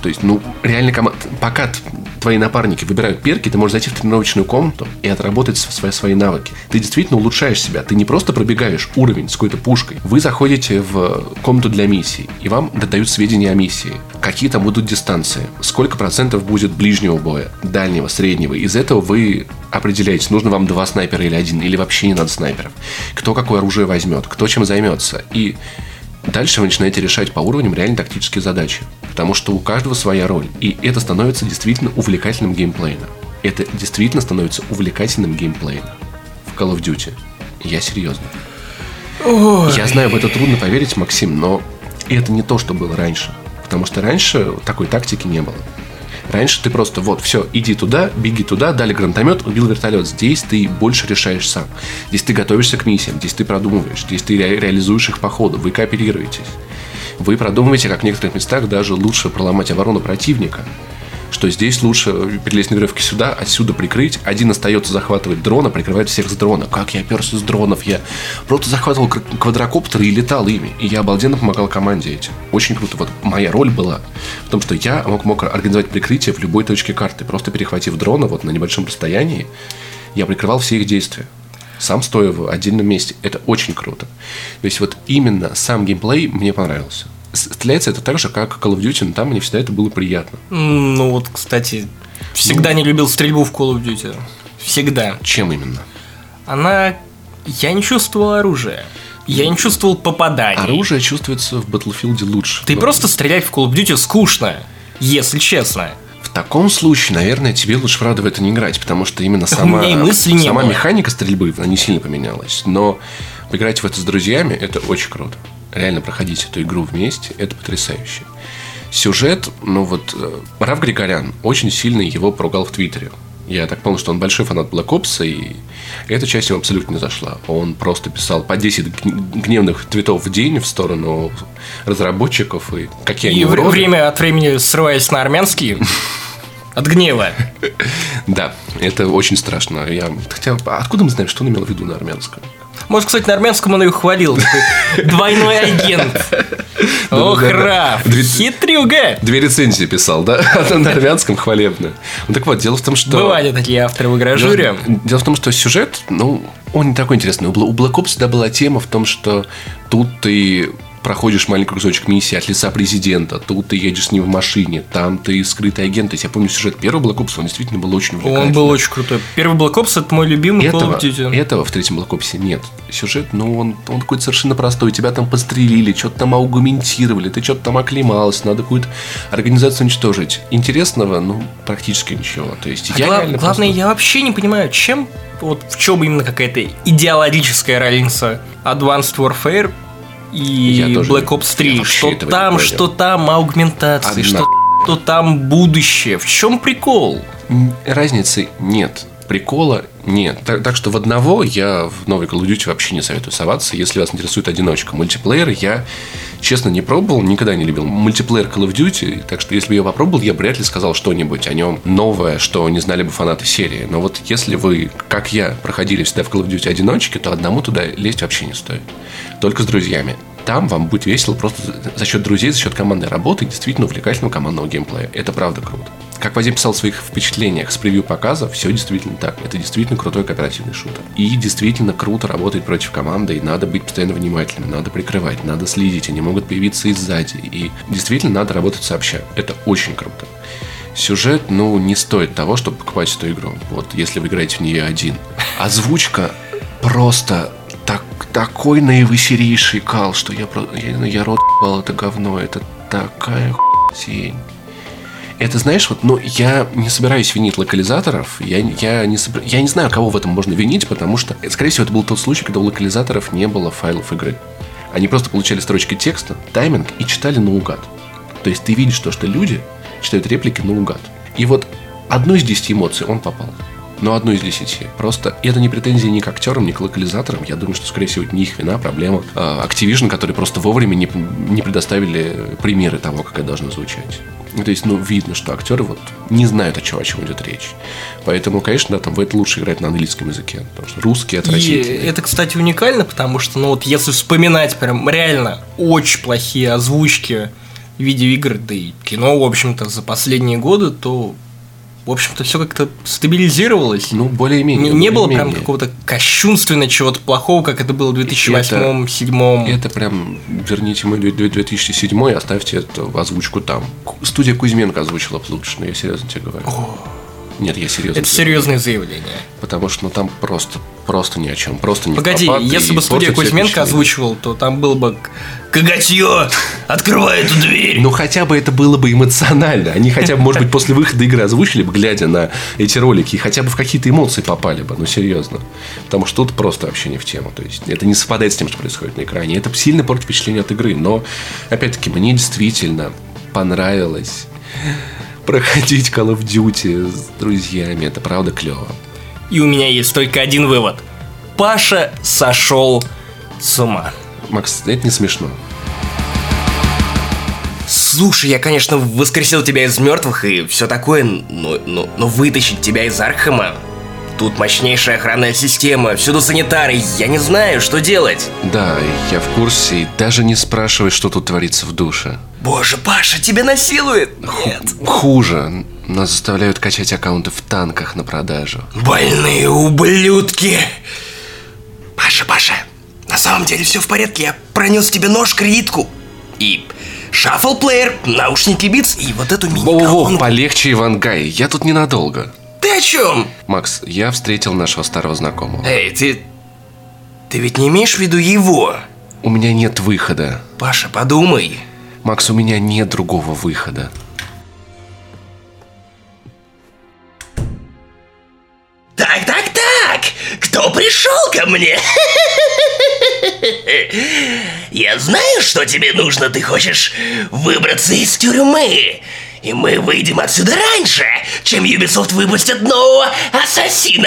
[SPEAKER 1] То есть, ну, реально, команда... пока твои напарники выбирают перки, ты можешь зайти в тренировочную комнату и отработать свои, свои навыки. Ты действительно улучшаешь себя. Ты не просто пробегаешь уровень с какой-то пушкой. Вы заходите в комнату для миссий, и вам дают сведения о миссии. Какие там будут дистанции, сколько процентов будет ближнего боя, дальнего, среднего. Из этого вы определяете, нужно вам два снайпера или один, или вообще не надо снайперов. Кто какое оружие возьмет, кто чем займется. И дальше вы начинаете решать по уровням реально тактические задачи. Потому что у каждого своя роль. И это становится действительно увлекательным геймплеем. Это действительно становится увлекательным геймплеем в Call of Duty. Я серьезно. Ой. Я знаю, в это трудно поверить, Максим, но это не то, что было раньше. Потому что раньше такой тактики не было. Раньше ты просто вот, все, иди туда, беги туда, дали гранатомет, убил вертолет. Здесь ты больше решаешь сам. Здесь ты готовишься к миссиям, здесь ты продумываешь, здесь ты ре- реализуешь их по ходу, вы кооперируетесь. Вы продумываете, как в некоторых местах даже лучше проломать оборону противника. Что здесь лучше перелезть на веревке сюда, отсюда прикрыть. Один остается захватывать дрона, прикрывает всех с дрона. Как я оперся с дронов? Я просто захватывал квадрокоптеры и летал ими. И я обалденно помогал команде этим. Очень круто. Вот моя роль была в том, что я мог, мог организовать прикрытие в любой точке карты. Просто перехватив дрона вот на небольшом расстоянии, я прикрывал все их действия. Сам стоя в отдельном месте. Это очень круто. То есть вот именно сам геймплей мне понравился. Стреляется это так же, как Call of Duty, но там мне всегда это было приятно.
[SPEAKER 2] Ну вот, кстати, всегда ну, не любил стрельбу в Call of Duty. Всегда.
[SPEAKER 1] Чем именно?
[SPEAKER 2] Она... Я не чувствовал оружия. Я не чувствовал попаданий.
[SPEAKER 1] Оружие чувствуется в Battlefield лучше.
[SPEAKER 2] Ты
[SPEAKER 1] но...
[SPEAKER 2] просто стрелять в Call of Duty скучно, если честно.
[SPEAKER 1] В таком случае, наверное, тебе лучше, правда, в это не играть, потому что именно сама, сама механика стрельбы, она не сильно поменялась. Но поиграть в это с друзьями, это очень круто. Реально проходить эту игру вместе, это потрясающе. Сюжет, ну вот, Раф Григорян очень сильно его поругал в Твиттере. Я так понял, что он большой фанат Black Ops, и эта часть ему абсолютно не зашла. Он просто писал по десять гневных твитов в день в сторону разработчиков, и какие они уроды.
[SPEAKER 2] И время от времени срываясь на армянский от гнева.
[SPEAKER 1] Да, это очень страшно. Я... Хотя, откуда мы знаем, что он имел в виду на армянском?
[SPEAKER 2] Может, кстати, на армянском он ее хвалил. Двойной агент. Ох, Раф, хитрюга.
[SPEAKER 1] Две рецензии писал, да? На армянском хвалебно. Ну так вот, дело в том, что...
[SPEAKER 2] Бывали такие авторы в игражуре.
[SPEAKER 1] Дело в том, что сюжет, ну, он не такой интересный. У Black Ops всегда была тема в том, что тут ты... проходишь маленький кусочек миссии от лица президента, тут ты едешь с ним в машине, там ты скрытый агент. То есть я помню сюжет первого Black Ops, он действительно был очень увлекательный.
[SPEAKER 2] Он был очень крутой. Первый Black Ops — это мой любимый Call of Duty.
[SPEAKER 1] Этого в третьем Black Ops нет. Сюжет, ну, он, он какой-то совершенно простой. Тебя там подстрелили, что-то там аугументировали, ты что-то там оклемалась, надо какую-то организацию уничтожить. Интересного, ну, практически ничего. То есть
[SPEAKER 2] а
[SPEAKER 1] я
[SPEAKER 2] гла-
[SPEAKER 1] реально
[SPEAKER 2] главное,
[SPEAKER 1] просто...
[SPEAKER 2] я вообще не понимаю, чем, вот в чем именно какая-то идеологическая разница Advanced Warfare и Black Ops три, что там, что там аугментации,
[SPEAKER 1] Одна...
[SPEAKER 2] что, что там будущее. В чем прикол?
[SPEAKER 1] Разницы нет. Прикола нет. Так, так что в одного я в новой Call of Duty вообще не советую соваться, если вас интересует одиночка. Мультиплеер я, честно, не пробовал, никогда не любил мультиплеер Call of Duty, так что если бы я попробовал, я вряд ли сказал что-нибудь о нем новое, что не знали бы фанаты серии. Но вот если вы, как я, проходили всегда в Call of Duty одиночки, то одному туда лезть вообще не стоит. Только с друзьями. Там вам будет весело просто за счет друзей, за счет командной работы и действительно увлекательного командного геймплея. Это правда круто. Как Вадим писал в своих впечатлениях с превью показа, все действительно так. Это действительно крутой кооперативный шутер. И действительно круто работать против команды, и надо быть постоянно внимательным, надо прикрывать, надо следить, они могут появиться и сзади. И действительно надо работать сообща. Это очень круто. Сюжет, ну, не стоит того, чтобы покупать эту игру. Вот, если вы играете в нее один. Озвучка просто... Так, такой наивысерейший кал, что я, я, я рот ебал это говно. Это такая хуйня. Это, знаешь, вот, ну, я не собираюсь винить локализаторов. Я, я, не собира... я не знаю, кого в этом можно винить, потому что, скорее всего, это был тот случай, когда у локализаторов не было файлов игры. Они просто получали строчки текста, тайминг и читали наугад. То есть ты видишь то, что люди читают реплики наугад. И вот одну из десяти эмоций он попал. Но одну из десяти. Просто это не претензии ни к актерам, ни к локализаторам. Я думаю, что, скорее всего, это не их вина, проблема. Activision, которые просто вовремя не, не предоставили примеры того, как это должно звучать. То есть, ну, видно, что актеры вот не знают, о чем, о чем идет речь. Поэтому, конечно, да, там в это лучше играть на английском языке. Потому что русский отвратительный.
[SPEAKER 2] И это, кстати, уникально, потому что, ну, вот если вспоминать прям реально очень плохие озвучки видеоигр, да и кино, в общем-то, за последние годы, то, в общем-то, все как-то стабилизировалось.
[SPEAKER 1] Ну, более-менее.
[SPEAKER 2] Не, не было
[SPEAKER 1] более-менее.
[SPEAKER 2] прям какого-то кощунственно чего-то плохого, как это было в две тысячи восьмом-две тысячи седьмом.
[SPEAKER 1] Это прям, верните мой две тысячи седьмой, оставьте эту озвучку там. Студия Кузьменко озвучила б лучше, но я серьезно тебе говорю. Нет, я серьезно.
[SPEAKER 2] Это серьезное заявление.
[SPEAKER 1] Потому что ну там просто, просто ни о чем. Просто не
[SPEAKER 2] Погоди, если бы студия Кузьменко озвучивал, то там был бы Коготьё, открывай эту дверь.
[SPEAKER 1] Ну хотя бы это было бы эмоционально. Они хотя бы, может быть, после выхода игры озвучили бы, глядя на эти ролики, и хотя бы в какие-то эмоции попали бы. Ну серьезно. Потому что тут просто вообще не в тему. То есть это не совпадает с тем, что происходит на экране. Это сильно портит впечатление от игры. Но, опять-таки, мне действительно понравилось проходить Call of Duty с друзьями. Это правда клево.
[SPEAKER 2] И у меня есть только один вывод. Паша сошел с ума.
[SPEAKER 1] Макс, это не смешно.
[SPEAKER 2] Слушай, я, конечно, воскресил тебя из мертвых и все такое, но, но, но вытащить тебя из Аркхема? Тут мощнейшая охранная система, всюду санитары, я не знаю, что делать.
[SPEAKER 1] Да, я в курсе, и даже не спрашивай, что тут творится в душе.
[SPEAKER 2] Боже, Паша, тебя насилует? Нет.
[SPEAKER 1] Хуже. Нас заставляют качать аккаунты в танках на продажу.
[SPEAKER 2] Больные ублюдки. Паша, Паша, на самом деле все в порядке. Я пронес тебе нож, кредитку. И шаффл-плеер, наушники Beats и вот эту мини-колонку.
[SPEAKER 1] Во-во, полегче, Ивангай, я тут ненадолго.
[SPEAKER 2] Ты о чем?
[SPEAKER 1] Макс, я встретил нашего старого знакомого.
[SPEAKER 2] Эй, ты... Ты ведь не имеешь в виду его?
[SPEAKER 1] У меня нет выхода.
[SPEAKER 2] Паша, подумай.
[SPEAKER 1] Макс, у меня нет другого выхода.
[SPEAKER 2] Так, так, так! Кто пришел ко мне? Я знаю, что тебе нужно. Ты хочешь выбраться из тюрьмы. И мы выйдем отсюда раньше, чем Ubisoft выпустит нового Ассасина.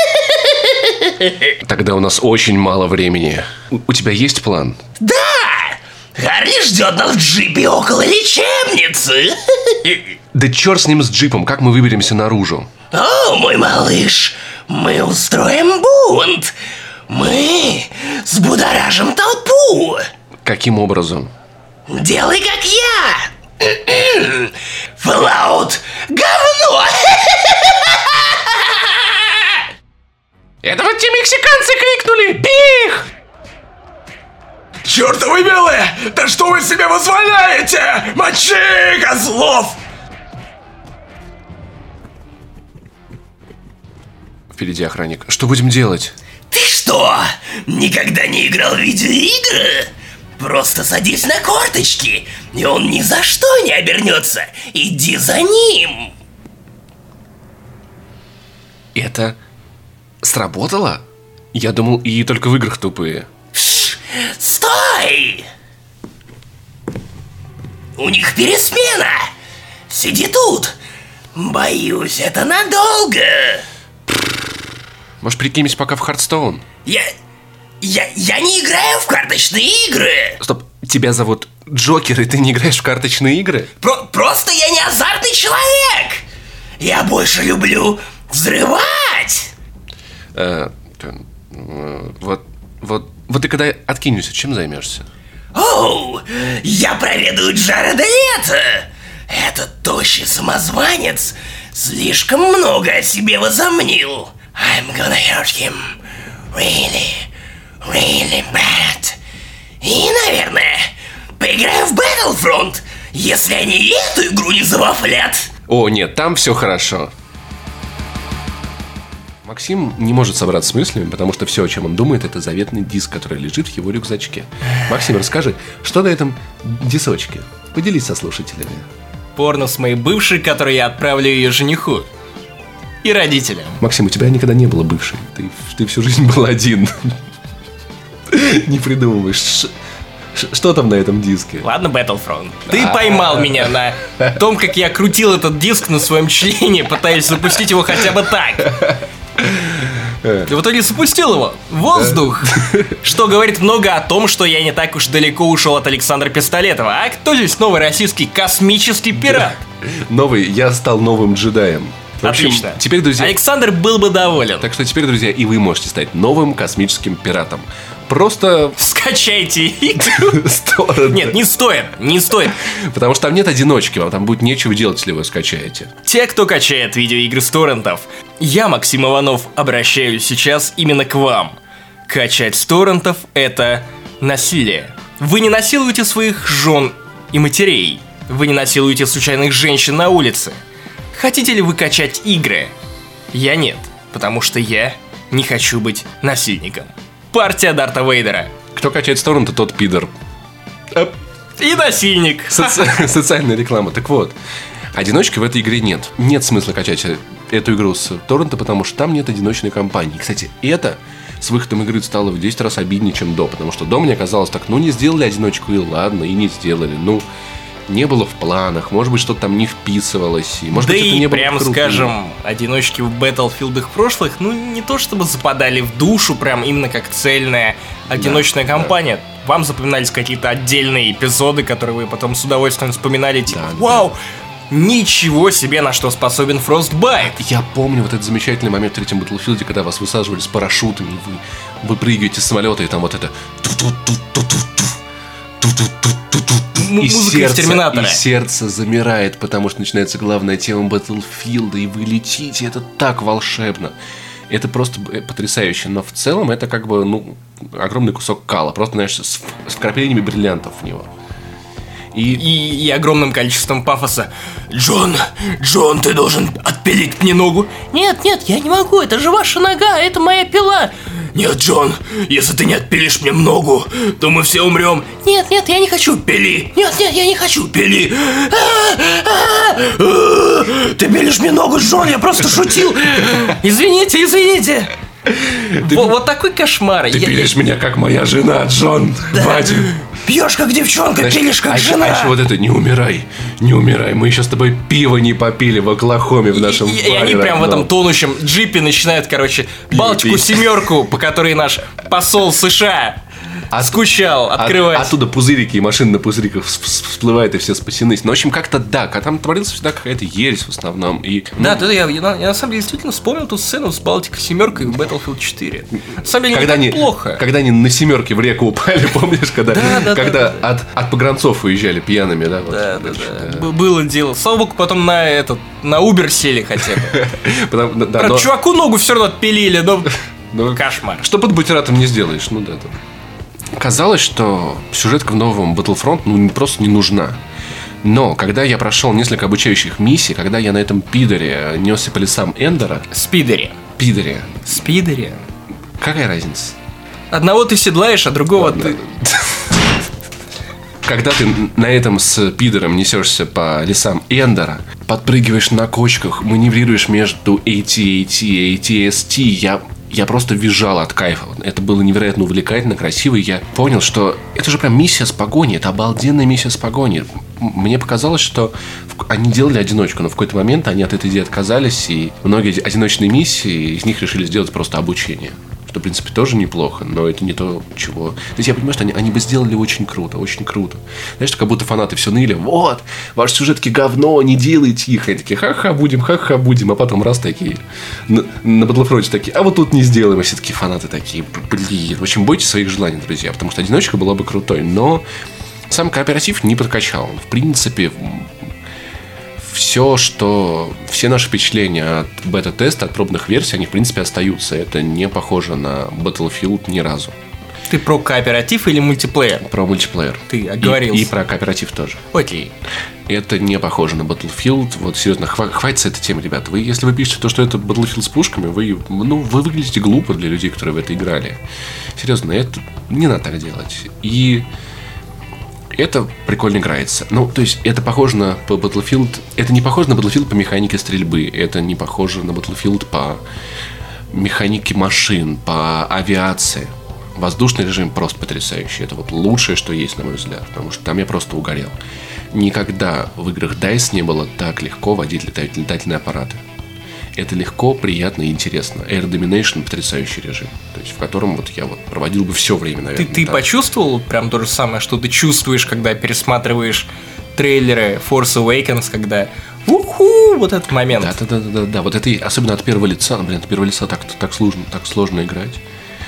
[SPEAKER 1] Тогда у нас очень мало времени. У, у тебя есть план?
[SPEAKER 2] Да! Харли ждет нас в джипе около лечебницы.
[SPEAKER 1] Да черт с ним, с джипом, как мы выберемся наружу?
[SPEAKER 2] О, мой малыш, мы устроим бунт. Мы взбудоражим толпу.
[SPEAKER 1] Каким образом?
[SPEAKER 2] Делай как я. Fallout говно.
[SPEAKER 1] Это вот те мексиканцы крикнули! Бих!
[SPEAKER 2] Чёртовы белые! Да что вы себе позволяете? Мочи, козлов!
[SPEAKER 1] Впереди охранник. Что будем делать?
[SPEAKER 2] Ты что, никогда не играл в видеоигры? Просто садись на корточки, и он ни за что не обернется. Иди за ним.
[SPEAKER 1] Это сработало? Я думал, и только в играх тупые.
[SPEAKER 2] Стой! У них пересмена. Сиди тут. Боюсь, это надолго.
[SPEAKER 1] Может, прикинемся пока в Хардстоун?
[SPEAKER 2] Я... Я... Я не играю в карточные игры.
[SPEAKER 1] Стоп, тебя зовут Джокер, и ты не играешь в карточные игры?
[SPEAKER 2] Про... Просто я не азартный человек. Я больше люблю взрывать.
[SPEAKER 1] Э, э, вот, вот, вот ты когда откинешься, чем займешься?
[SPEAKER 2] Оу, я проведу Джареда Лето. Этот тощий самозванец слишком много о себе возомнил. I'm gonna hurt him really, really bad. И, наверное, поиграю в Battlefront, если они эту игру не завафлят.
[SPEAKER 1] О, нет, там все хорошо. Максим не может собраться с мыслями, потому что все, о чем он думает, это заветный диск, который лежит в его рюкзачке. Максим, расскажи, что на этом дисочке? Поделись со слушателями.
[SPEAKER 2] Порно с моей бывшей, который я отправлю ее жениху. И родителям.
[SPEAKER 1] Максим, у тебя никогда не было бывшей. Ты, ты всю жизнь был один. Не придумываешь. Что там на этом диске?
[SPEAKER 2] Ладно, Battlefront. Ты поймал меня на том, как я крутил этот диск на своем члене, пытаясь запустить его хотя бы так. И в итоге запустил его в воздух. Что говорит много о том, что я не так уж далеко ушел от Александра Пистолетова. А кто здесь новый российский космический пират?
[SPEAKER 1] Новый, я стал новым джедаем. В общем,
[SPEAKER 2] Отлично.
[SPEAKER 1] Теперь, друзья...
[SPEAKER 2] Александр был бы доволен.
[SPEAKER 1] Так что теперь, друзья, и вы можете стать новым космическим пиратом. просто...
[SPEAKER 2] Скачайте игру.
[SPEAKER 1] Торрент.
[SPEAKER 2] Нет, не стоит, не стоит.
[SPEAKER 1] Потому что там нет одиночки, вам там будет нечего делать, если вы скачаете.
[SPEAKER 2] Те, кто качает видеоигры с торрентов, я, Максим Иванов, обращаюсь сейчас именно к вам. Качать с торрентов – это насилие. Вы не насилуете своих жен и матерей. Вы не насилуете случайных женщин на улице. Хотите ли вы качать игры? Я нет, потому что я не хочу быть насильником. Партия Дарта Вейдера.
[SPEAKER 1] Кто качает с торрента, тот пидор.
[SPEAKER 2] И насильник.
[SPEAKER 1] Соци... Социальная реклама. Так вот, одиночки в этой игре нет. Нет смысла качать эту игру с торрента, потому что там нет одиночной кампании. Кстати, это с выходом игры стало в десять раз обиднее, чем до. Потому что до мне казалось так, ну не сделали одиночку, и ладно, и не сделали. Ну, не было в планах, может быть, что-то там не вписывалось. И, может
[SPEAKER 2] да
[SPEAKER 1] быть, это
[SPEAKER 2] и,
[SPEAKER 1] не было
[SPEAKER 2] прям
[SPEAKER 1] круто.
[SPEAKER 2] Скажем, одиночки в Battlefield'ах прошлых, ну, не то чтобы западали в душу, прям именно как цельная одиночная
[SPEAKER 1] да,
[SPEAKER 2] кампания. Да. Вам запоминались какие-то отдельные эпизоды, которые вы потом с удовольствием вспоминали, типа,
[SPEAKER 1] да,
[SPEAKER 2] вау, да. Ничего себе, на что способен Frostbite.
[SPEAKER 1] Я помню вот этот замечательный момент в третьем Battlefield, когда вас высаживали с парашютами, вы, вы прыгаете с самолета, и там вот это... И сердце, и сердце замирает, потому что начинается главная тема Battlefield, и вы летите, это так волшебно. Это просто потрясающе, но в целом это как бы, ну, огромный кусок кала, просто, знаешь, с, с вкраплениями бриллиантов в него. И...
[SPEAKER 2] И, и огромным количеством пафоса. Джон, Джон, ты должен отпилить мне ногу. Нет, нет, я не могу, это же ваша нога, это моя пила. Нет, Джон, если ты не отпилишь мне ногу, то мы все умрем. Нет, нет, я не хочу. Пили. Нет, нет, я не хочу. Пили. Ты пилишь мне ногу, Джон, я просто шутил. Извините, извините.
[SPEAKER 1] Ты...
[SPEAKER 2] Вот, вот такой кошмар.
[SPEAKER 1] Ты
[SPEAKER 2] я,
[SPEAKER 1] пилишь
[SPEAKER 2] я...
[SPEAKER 1] меня, как моя жена, Джон.
[SPEAKER 2] Да.
[SPEAKER 1] Хватит.
[SPEAKER 2] Пьешь, как девчонка, знаешь, пилишь, как
[SPEAKER 1] а
[SPEAKER 2] жена.
[SPEAKER 1] А еще вот это, не умирай, не умирай. Мы еще с тобой пиво не попили в Оклахоме в нашем
[SPEAKER 2] и,
[SPEAKER 1] баре.
[SPEAKER 2] И они прям в этом тонущем джипе начинают, короче, Балтику семерку, по которой наш посол США От, скучал, открывать.
[SPEAKER 1] От, оттуда пузырики, и машины на пузыриках всплывают, и все спасены. Ну, в общем, как-то да, там творилась всегда какая-то ересь в основном. И, ну...
[SPEAKER 2] Да, да, я, я, я на самом деле действительно вспомнил ту сцену с Балтикой семеркой в Battlefield четыре. На самом деле,
[SPEAKER 1] когда
[SPEAKER 2] не
[SPEAKER 1] они,
[SPEAKER 2] так плохо.
[SPEAKER 1] Когда они на семерке в реку упали, помнишь, когда,
[SPEAKER 2] да, да,
[SPEAKER 1] когда
[SPEAKER 2] да, да.
[SPEAKER 1] От, от погранцов уезжали пьяными, да? Вот,
[SPEAKER 2] да, да, да, да. Было дело. Слава богу, потом на этот, на Uber сели хотя бы.
[SPEAKER 1] Потому, да,
[SPEAKER 2] Правда,
[SPEAKER 1] но...
[SPEAKER 2] чуваку ногу все равно отпилили, но, но... кошмар.
[SPEAKER 1] Что под бутератом не сделаешь, ну да, да. Казалось, что сюжетка в новом Battlefront ну, просто не нужна. Но когда я прошел несколько обучающих миссий, когда я на этом пидоре несся по лесам Эндора...
[SPEAKER 2] Спидере.
[SPEAKER 1] Пидоре.
[SPEAKER 2] Спидере.
[SPEAKER 1] Какая разница?
[SPEAKER 2] Одного ты седлаешь, а другого
[SPEAKER 1] Ладно.
[SPEAKER 2] ты...
[SPEAKER 1] Когда ты на этом с пидором несешься по лесам Эндора, подпрыгиваешь на кочках, маневрируешь между эй ти эй ти и эй ти эс ти, я... Я просто визжал от кайфа. Это было невероятно увлекательно, красиво. И я понял, что это же прям миссия с погоней. Это обалденная миссия с погоней. Мне показалось, что они делали одиночку, но в какой-то момент они от этой идеи отказались. И многие одиночные миссии из них решили сделать просто обучение. Что, в принципе, тоже неплохо, но это не то, чего... То есть я понимаю, что они, они бы сделали очень круто, очень круто. Знаешь, как будто фанаты все ныли. Вот, ваши сюжетки говно, не делайте их. Они такие, ха-ха, будем, ха-ха, будем. А потом раз такие, на, на Battlefront такие, а вот тут не сделаем. И все такие фанаты такие, блин. В общем, бойтесь своих желаний, друзья, потому что одиночка была бы крутой. Но сам кооператив не подкачал. В принципе... Все, что... Все наши впечатления от бета-теста, от пробных версий, они, в принципе, остаются. Это не похоже на Battlefield ни разу.
[SPEAKER 2] Ты про кооператив или мультиплеер?
[SPEAKER 1] Про мультиплеер.
[SPEAKER 2] Ты оговорился.
[SPEAKER 1] И, и про кооператив тоже.
[SPEAKER 2] Окей.
[SPEAKER 1] Это не похоже на Battlefield. Вот, серьезно, хва- хватит с этой темы, ребята. Вы, если вы пишете то, что это Battlefield с пушками, вы, ну, вы выглядите глупо для людей, которые в это играли. Серьезно, это не надо так делать. И... Это прикольно играется. Ну, то есть, это похоже на Battlefield... Это не похоже на Battlefield по механике стрельбы. Это не похоже на Battlefield по механике машин, по авиации. Воздушный режим просто потрясающий. Это вот лучшее, что есть, на мой взгляд. Потому что там я просто угорел. Никогда в играх дайс не было так легко водить летать, летательные аппараты. Это легко, приятно и интересно. Air Domination — потрясающий режим. То есть, в котором вот я вот проводил бы все время, наверное.
[SPEAKER 2] Ты, ты почувствовал прям то же самое, что ты чувствуешь, когда пересматриваешь трейлеры Force Awakens, когда уху, вот этот момент.
[SPEAKER 1] Да, да, да, да, да, да. Вот это особенно от первого лица, блин, от первого лица так, так сложно, так сложно играть.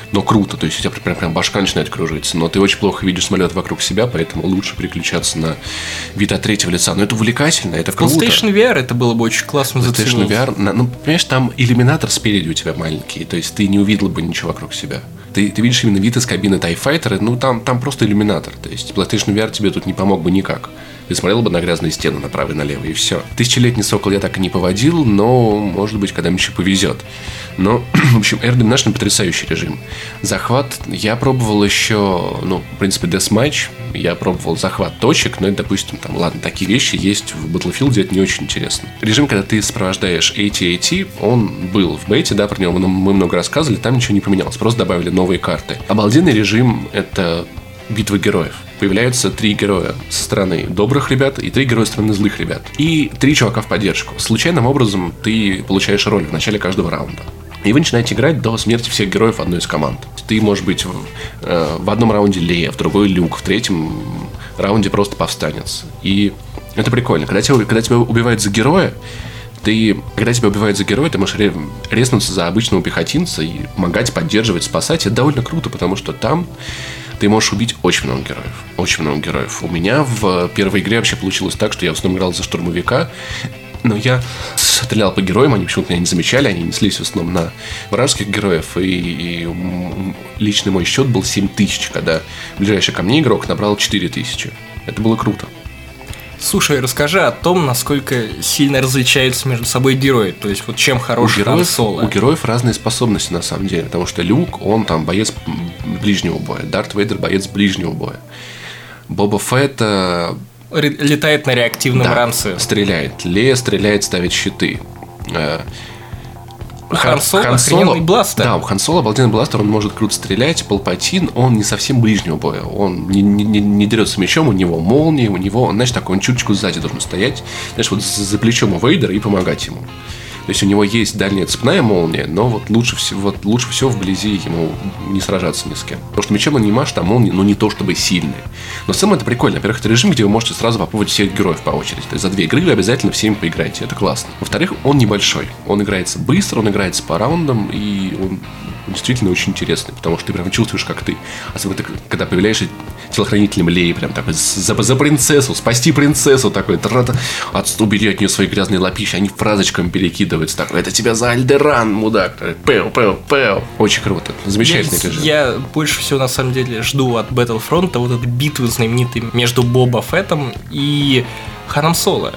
[SPEAKER 1] но круто. То есть у тебя прям, прям башка начинает кружиться. Но ты очень плохо видишь самолет вокруг себя, поэтому лучше переключаться на вид от третьего лица. Но это увлекательно, это круто.
[SPEAKER 2] PlayStation ви ар это было бы очень классно заценить.
[SPEAKER 1] PlayStation ви ар, ну, понимаешь, там иллюминатор спереди у тебя маленький. То есть ты не увидел бы ничего вокруг себя. Ты, ты видишь именно вид из кабины TIE Fighter, ну там, там просто иллюминатор. То есть PlayStation ви ар тебе тут не помог бы никак. Ты смотрел бы на грязные стены направо и налево, и все. Тысячелетний сокол я так и не поводил, но, может быть, когда-нибудь еще повезет. Но, в общем, Air Domination потрясающий режим. Захват я пробовал еще, ну, в принципе, Deathmatch. Я пробовал захват точек, но это, допустим, там, ладно, такие вещи есть в Battlefield, это не очень интересно. Режим, когда ты сопровождаешь эй ти эй ти, он был в бете, да, про него мы много рассказывали, там ничего не поменялось, просто добавили новые карты. Обалденный режим — это битвы героев. Появляются три героя со стороны добрых ребят и три героя со стороны злых ребят. И три чувака в поддержку. Случайным образом ты получаешь роль в начале каждого раунда. И вы начинаете играть до смерти всех героев одной из команд. Ты, может быть, в, э, в одном раунде Лея, в другой Люк, в третьем раунде просто повстанец. И это прикольно. Когда тебя, когда тебя убивают за героя, ты, когда тебя убивают за героя, ты можешь резнуться за обычного пехотинца и помогать, поддерживать, спасать. Это довольно круто, потому что там ты можешь убить очень много героев. Очень много героев. У меня в первой игре вообще получилось так, что я в основном играл за штурмовика, но я стрелял по героям, они почему-то меня не замечали, они неслись в основном на вражеских героев, и, и личный мой счет был семь тысяч, когда ближайший ко мне игрок набрал четыре тысячи. Это было круто.
[SPEAKER 2] Слушай, расскажи о том, насколько сильно различаются между собой герои. То есть, вот чем хорош Хан Соло.
[SPEAKER 1] У героев разные способности, на самом деле. Потому что Люк, он там боец ближнего боя. Дарт Вейдер боец ближнего боя. Боба Фетт
[SPEAKER 2] летает на реактивном
[SPEAKER 1] да,
[SPEAKER 2] ранце.
[SPEAKER 1] Стреляет. Лея стреляет, ставит щиты.
[SPEAKER 2] У Хан Соло охрененный бластер.
[SPEAKER 1] Да, у Хан Соло обалденный бластер, он может круто стрелять. Палпатин, он не совсем ближнего боя. Он не, не, не, не дерется мечом, у него молнии, у него, он, знаешь, такой, он чуточку сзади должен стоять. Знаешь, вот за плечом у Вейдера и помогать ему. То есть у него есть дальняя цепная молния, но вот лучше всего, вот лучше всего вблизи ему не сражаться ни с кем. Потому что мечом он не машет, а молнии, ну, не то чтобы сильные. Но самое это прикольно. Во-первых, это режим, где вы можете сразу попробовать всех героев по очереди. То есть за две игры вы обязательно всеми поиграете. Это классно. Во-вторых, он небольшой. Он играется быстро, он играется по раундам, и он действительно очень интересный, потому что ты прям чувствуешь, как ты, особенно ты, когда появляешься телохранителем Леи, прям такой за, за принцессу, спасти принцессу, такой, убери от нее свои грязные лапищи, они фразочками перекидываются, такой, это тебя за Альдеран, мудак, пэу, пэу, пэу. Очень круто, замечательный режим.
[SPEAKER 2] Я, я больше всего, на самом деле, жду от Battlefront вот этой битвы знаменитой между Боба Феттом и Ханом Соло.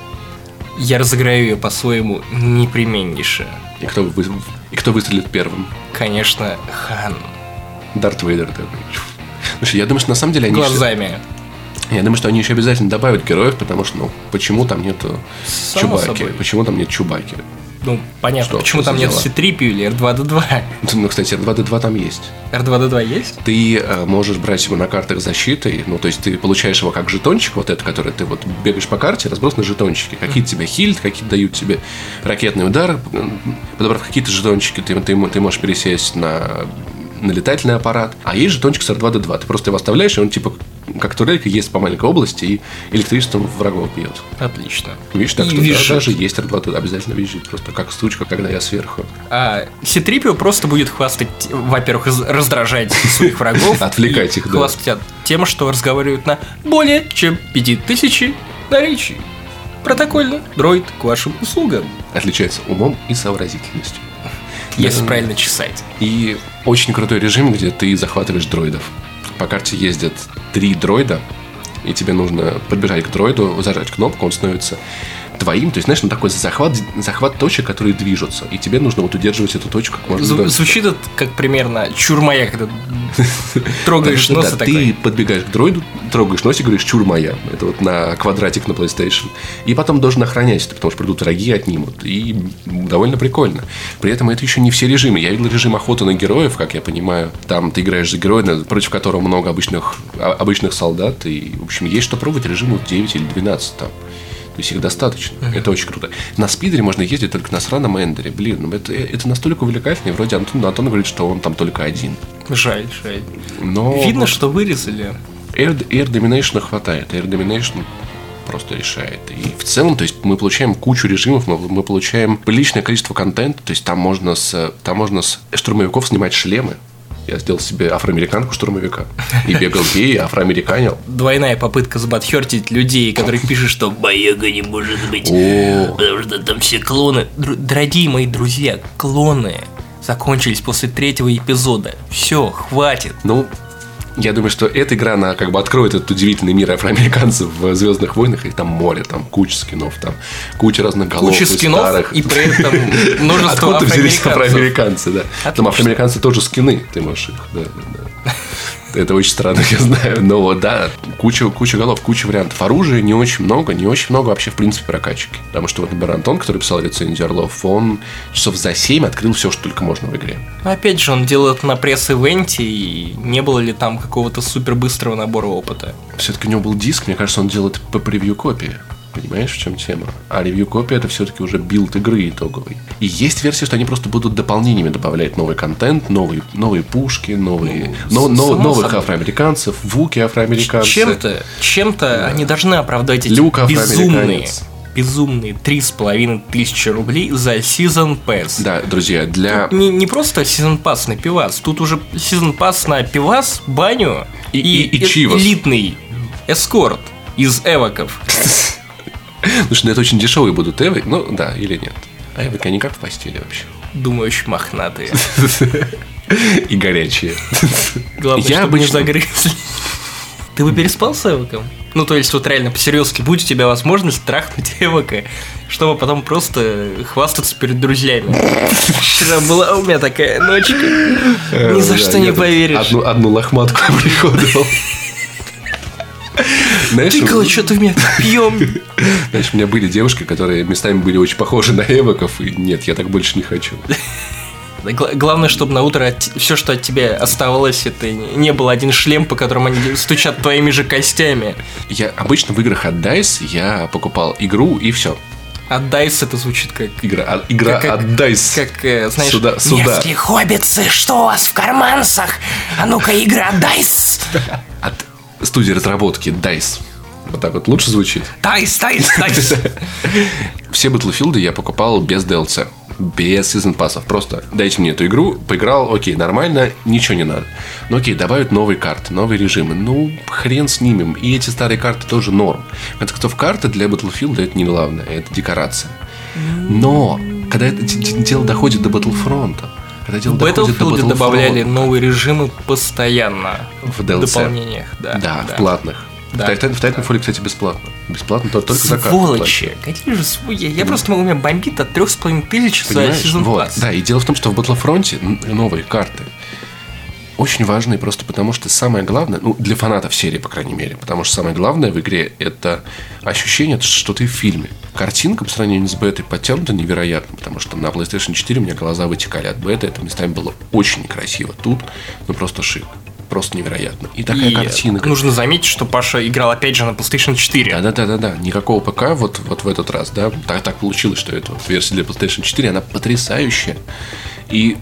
[SPEAKER 2] Я разыграю ее по-своему непременнейше.
[SPEAKER 1] И кто, вы, и кто выстрелит первым?
[SPEAKER 2] Конечно, Хан.
[SPEAKER 1] Дарт Вейдер такой. Слушай, я думаю, что на самом деле они...
[SPEAKER 2] Глазами.
[SPEAKER 1] Еще... Я думаю, что они еще обязательно добавят героев, потому что, ну, почему там нету
[SPEAKER 2] Само
[SPEAKER 1] Чубаки?
[SPEAKER 2] собой.
[SPEAKER 1] Почему там нет Чубаки?
[SPEAKER 2] Ну, понятно,
[SPEAKER 1] что,
[SPEAKER 2] почему
[SPEAKER 1] что
[SPEAKER 2] там нет
[SPEAKER 1] дела?
[SPEAKER 2] си три пи или эр два ди два.
[SPEAKER 1] Ну, кстати, эр два ди два там есть.
[SPEAKER 2] эр два ди два есть?
[SPEAKER 1] Ты э, можешь брать его на картах защиты. Ну, то есть ты получаешь его как жетончик, вот это, который ты вот бегаешь по карте, разбросаны жетончики. Какие-то тебе хилят, какие-то дают тебе ракетный удар. Подобрав какие-то жетончики, ты, ты, ты можешь пересесть на, на летательный аппарат. А есть жетончик с эр два ди два. Ты просто его оставляешь, и он типа как турелька ест по маленькой области и электричеством врагов бьет.
[SPEAKER 2] Отлично.
[SPEAKER 1] Видишь, так
[SPEAKER 2] И
[SPEAKER 1] что
[SPEAKER 2] визжит.
[SPEAKER 1] даже есть эр два ди два, обязательно визжит. Просто как стучка, когда я сверху.
[SPEAKER 2] А си три пи просто будет хвастать, во-первых, раз- раздражать своих врагов.
[SPEAKER 1] Отвлекать
[SPEAKER 2] и
[SPEAKER 1] их, да.
[SPEAKER 2] хвастать тем, что разговаривают на более чем пяти тысячи наречий. Протокольно, дроид к вашим услугам.
[SPEAKER 1] Отличается умом и сообразительностью.
[SPEAKER 2] Если
[SPEAKER 1] Да.
[SPEAKER 2] правильно чесать.
[SPEAKER 1] И очень крутой режим, где ты захватываешь дроидов. По карте ездят три дроида, и тебе нужно подбежать к дроиду, зажать кнопку, он становится твоим. То есть, знаешь, ну, такой захват, захват точек, которые движутся. И тебе нужно вот удерживать эту точку как можно
[SPEAKER 2] Зв-
[SPEAKER 1] дольше.
[SPEAKER 2] Звучит это как примерно чур моя, когда трогаешь
[SPEAKER 1] Да,
[SPEAKER 2] нос и
[SPEAKER 1] да,
[SPEAKER 2] такой.
[SPEAKER 1] ты подбегаешь к дроиду, трогаешь нос и говоришь «чур моя». Это вот на квадратик на PlayStation. И потом должен охранять это, потому что придут враги и отнимут. И довольно прикольно. При этом это еще не все режимы. Я видел режим охоты на героев, как я понимаю. Там ты играешь за героя, против которого много обычных, а- обычных солдат. И, в общем, есть что пробовать. Режимов девять или двенадцать там. То есть их достаточно. Uh-huh. Это очень круто. На спидере можно ездить только на сраном эндере. Блин, ну это, это настолько увлекательно. И вроде Антон, Антон говорит, что он там только один.
[SPEAKER 2] Жаль, жаль.
[SPEAKER 1] Но
[SPEAKER 2] Видно,
[SPEAKER 1] вот
[SPEAKER 2] что вырезали.
[SPEAKER 1] Air, Air Domination хватает. Air Domination просто решает. И в целом, то есть мы получаем кучу режимов, мы, мы получаем приличное количество контента. То есть там можно с, там можно с штурмовиков снимать шлемы. Я сделал себе афроамериканку-штурмовика. И бегал ей, и афроамериканил.
[SPEAKER 2] Двойная попытка забатхертить людей, которые пишут, что Боега не может быть, потому что там все клоны. Дорогие мои друзья, клоны закончились после третьего эпизода. Все, хватит.
[SPEAKER 1] Ну, я думаю, что эта игра, она как бы откроет этот удивительный мир афроамериканцев в «Звездных войнах», и там море, там куча скинов, там куча разных голов,
[SPEAKER 2] куча скинов,
[SPEAKER 1] старых.
[SPEAKER 2] И при этом множество
[SPEAKER 1] Откуда взялись
[SPEAKER 2] афроамериканцев.
[SPEAKER 1] афроамериканцы, да.
[SPEAKER 2] Отлично.
[SPEAKER 1] Там афроамериканцы тоже скины, ты можешь их, да, да, да. Это очень странно, я знаю. Но да, куча, куча голов, куча вариантов. Оружия не очень много, не очень много вообще, в принципе, прокачки. Потому что вот, например, Антон, который писал рецензию Орлов, он часов за семь открыл все, что только можно в игре.
[SPEAKER 2] Но опять же, он делал это на пресс-ивенте, и не было ли там какого-то супер быстрого набора опыта?
[SPEAKER 1] Все-таки у него был диск, мне кажется, он делает по превью-копии. Понимаешь, в чем тема? А ревью-копия — это все-таки уже билд игры итоговый. И есть версия, что они просто будут дополнениями добавлять новый контент, новые, новые пушки, новые,
[SPEAKER 2] ну,
[SPEAKER 1] но, но, новых
[SPEAKER 2] собой.
[SPEAKER 1] афроамериканцев, вуки афроамериканцы.
[SPEAKER 2] Чем-то, чем-то да. они должны оправдать эти
[SPEAKER 1] Люк
[SPEAKER 2] безумные, безумные три с половиной тысячи рублей за Season Pass.
[SPEAKER 1] Да, друзья, для...
[SPEAKER 2] Тут не, не просто Season Pass на пивас, тут уже Season Pass на пивас, баню
[SPEAKER 1] и,
[SPEAKER 2] и,
[SPEAKER 1] и, и чивос.
[SPEAKER 2] Элитный эскорт из эвоков.
[SPEAKER 1] Слушай, ну это очень дешевые будут эвы. Ну да, или нет. А эвоки, они как в постели вообще?
[SPEAKER 2] Думаю, очень мохнатые.
[SPEAKER 1] И горячие.
[SPEAKER 2] Главное, чтобы не загрызли. Ты бы переспал с эвоком? Ну, то есть, вот реально, по-серьезки, будь у тебя возможность трахнуть эвока, чтобы потом просто хвастаться перед друзьями. Вчера была у меня такая ночка. Ни за что не поверишь.
[SPEAKER 1] Одну лохматку приходил.
[SPEAKER 2] Тыкало что-то в меня, пьем.
[SPEAKER 1] Знаешь, у меня были девушки, которые местами были очень похожи на эвоков, и нет, я так больше не хочу.
[SPEAKER 2] Главное, чтобы на утро все, что от тебя оставалось, это не был один шлем, по которому они стучат твоими же костями.
[SPEAKER 1] Я обычно в играх от дайс я покупал игру и все.
[SPEAKER 2] От DICE это звучит как...
[SPEAKER 1] Игра, игра
[SPEAKER 2] как,
[SPEAKER 1] от DICE.
[SPEAKER 2] Как, э, знаешь...
[SPEAKER 1] Сюда, сюда.
[SPEAKER 2] Мерзкие хоббитсы, что у вас в карманцах? А ну-ка, игра от DICE.
[SPEAKER 1] От студии разработки дайс. Вот так вот лучше звучит.
[SPEAKER 2] DICE, DICE, DICE.
[SPEAKER 1] Все Battlefield я покупал без ди эл си. Без сезон пассов. Просто дайте мне эту игру, поиграл, окей, нормально, ничего не надо. Ну окей, добавят новые карты, новые режимы. Ну, хрен с ними. И эти старые карты тоже норм. Это кто в карты для Battlefield, это не главное, это декорация. Но, когда это дело доходит до Battlefront, когда дело
[SPEAKER 2] в
[SPEAKER 1] доходит до Battlefront,
[SPEAKER 2] добавляли новые режимы постоянно.
[SPEAKER 1] В ди эл си.
[SPEAKER 2] В дополнениях, да.
[SPEAKER 1] Да,
[SPEAKER 2] да.
[SPEAKER 1] в платных. Да. В Titanfall, кстати, бесплатно. Бесплатно только за карту.
[SPEAKER 2] Сволочи! Какие же сволочи! Я просто могу, меня бомбит от трех с половиной тысяч за сезон
[SPEAKER 1] вот.
[SPEAKER 2] пасс.
[SPEAKER 1] Да, и дело в том, что в Battlefront новые карты очень важные просто потому, что самое главное, ну, для фанатов серии, по крайней мере, потому что самое главное в игре – это ощущение, что ты в фильме. Картинка по сравнению с бетой подтянута невероятно, потому что на PlayStation четыре у меня глаза вытекали от беты, это местами было очень некрасиво. Тут, ну, просто шик. Просто невероятно. И такая
[SPEAKER 2] и
[SPEAKER 1] картинка.
[SPEAKER 2] Нужно заметить, что Паша играл опять же на PlayStation четыре.
[SPEAKER 1] Да-да-да-да. Никакого ПК вот, вот в этот раз, да. Так, так получилось, что эта вот версия для PlayStation четыре, она потрясающая. И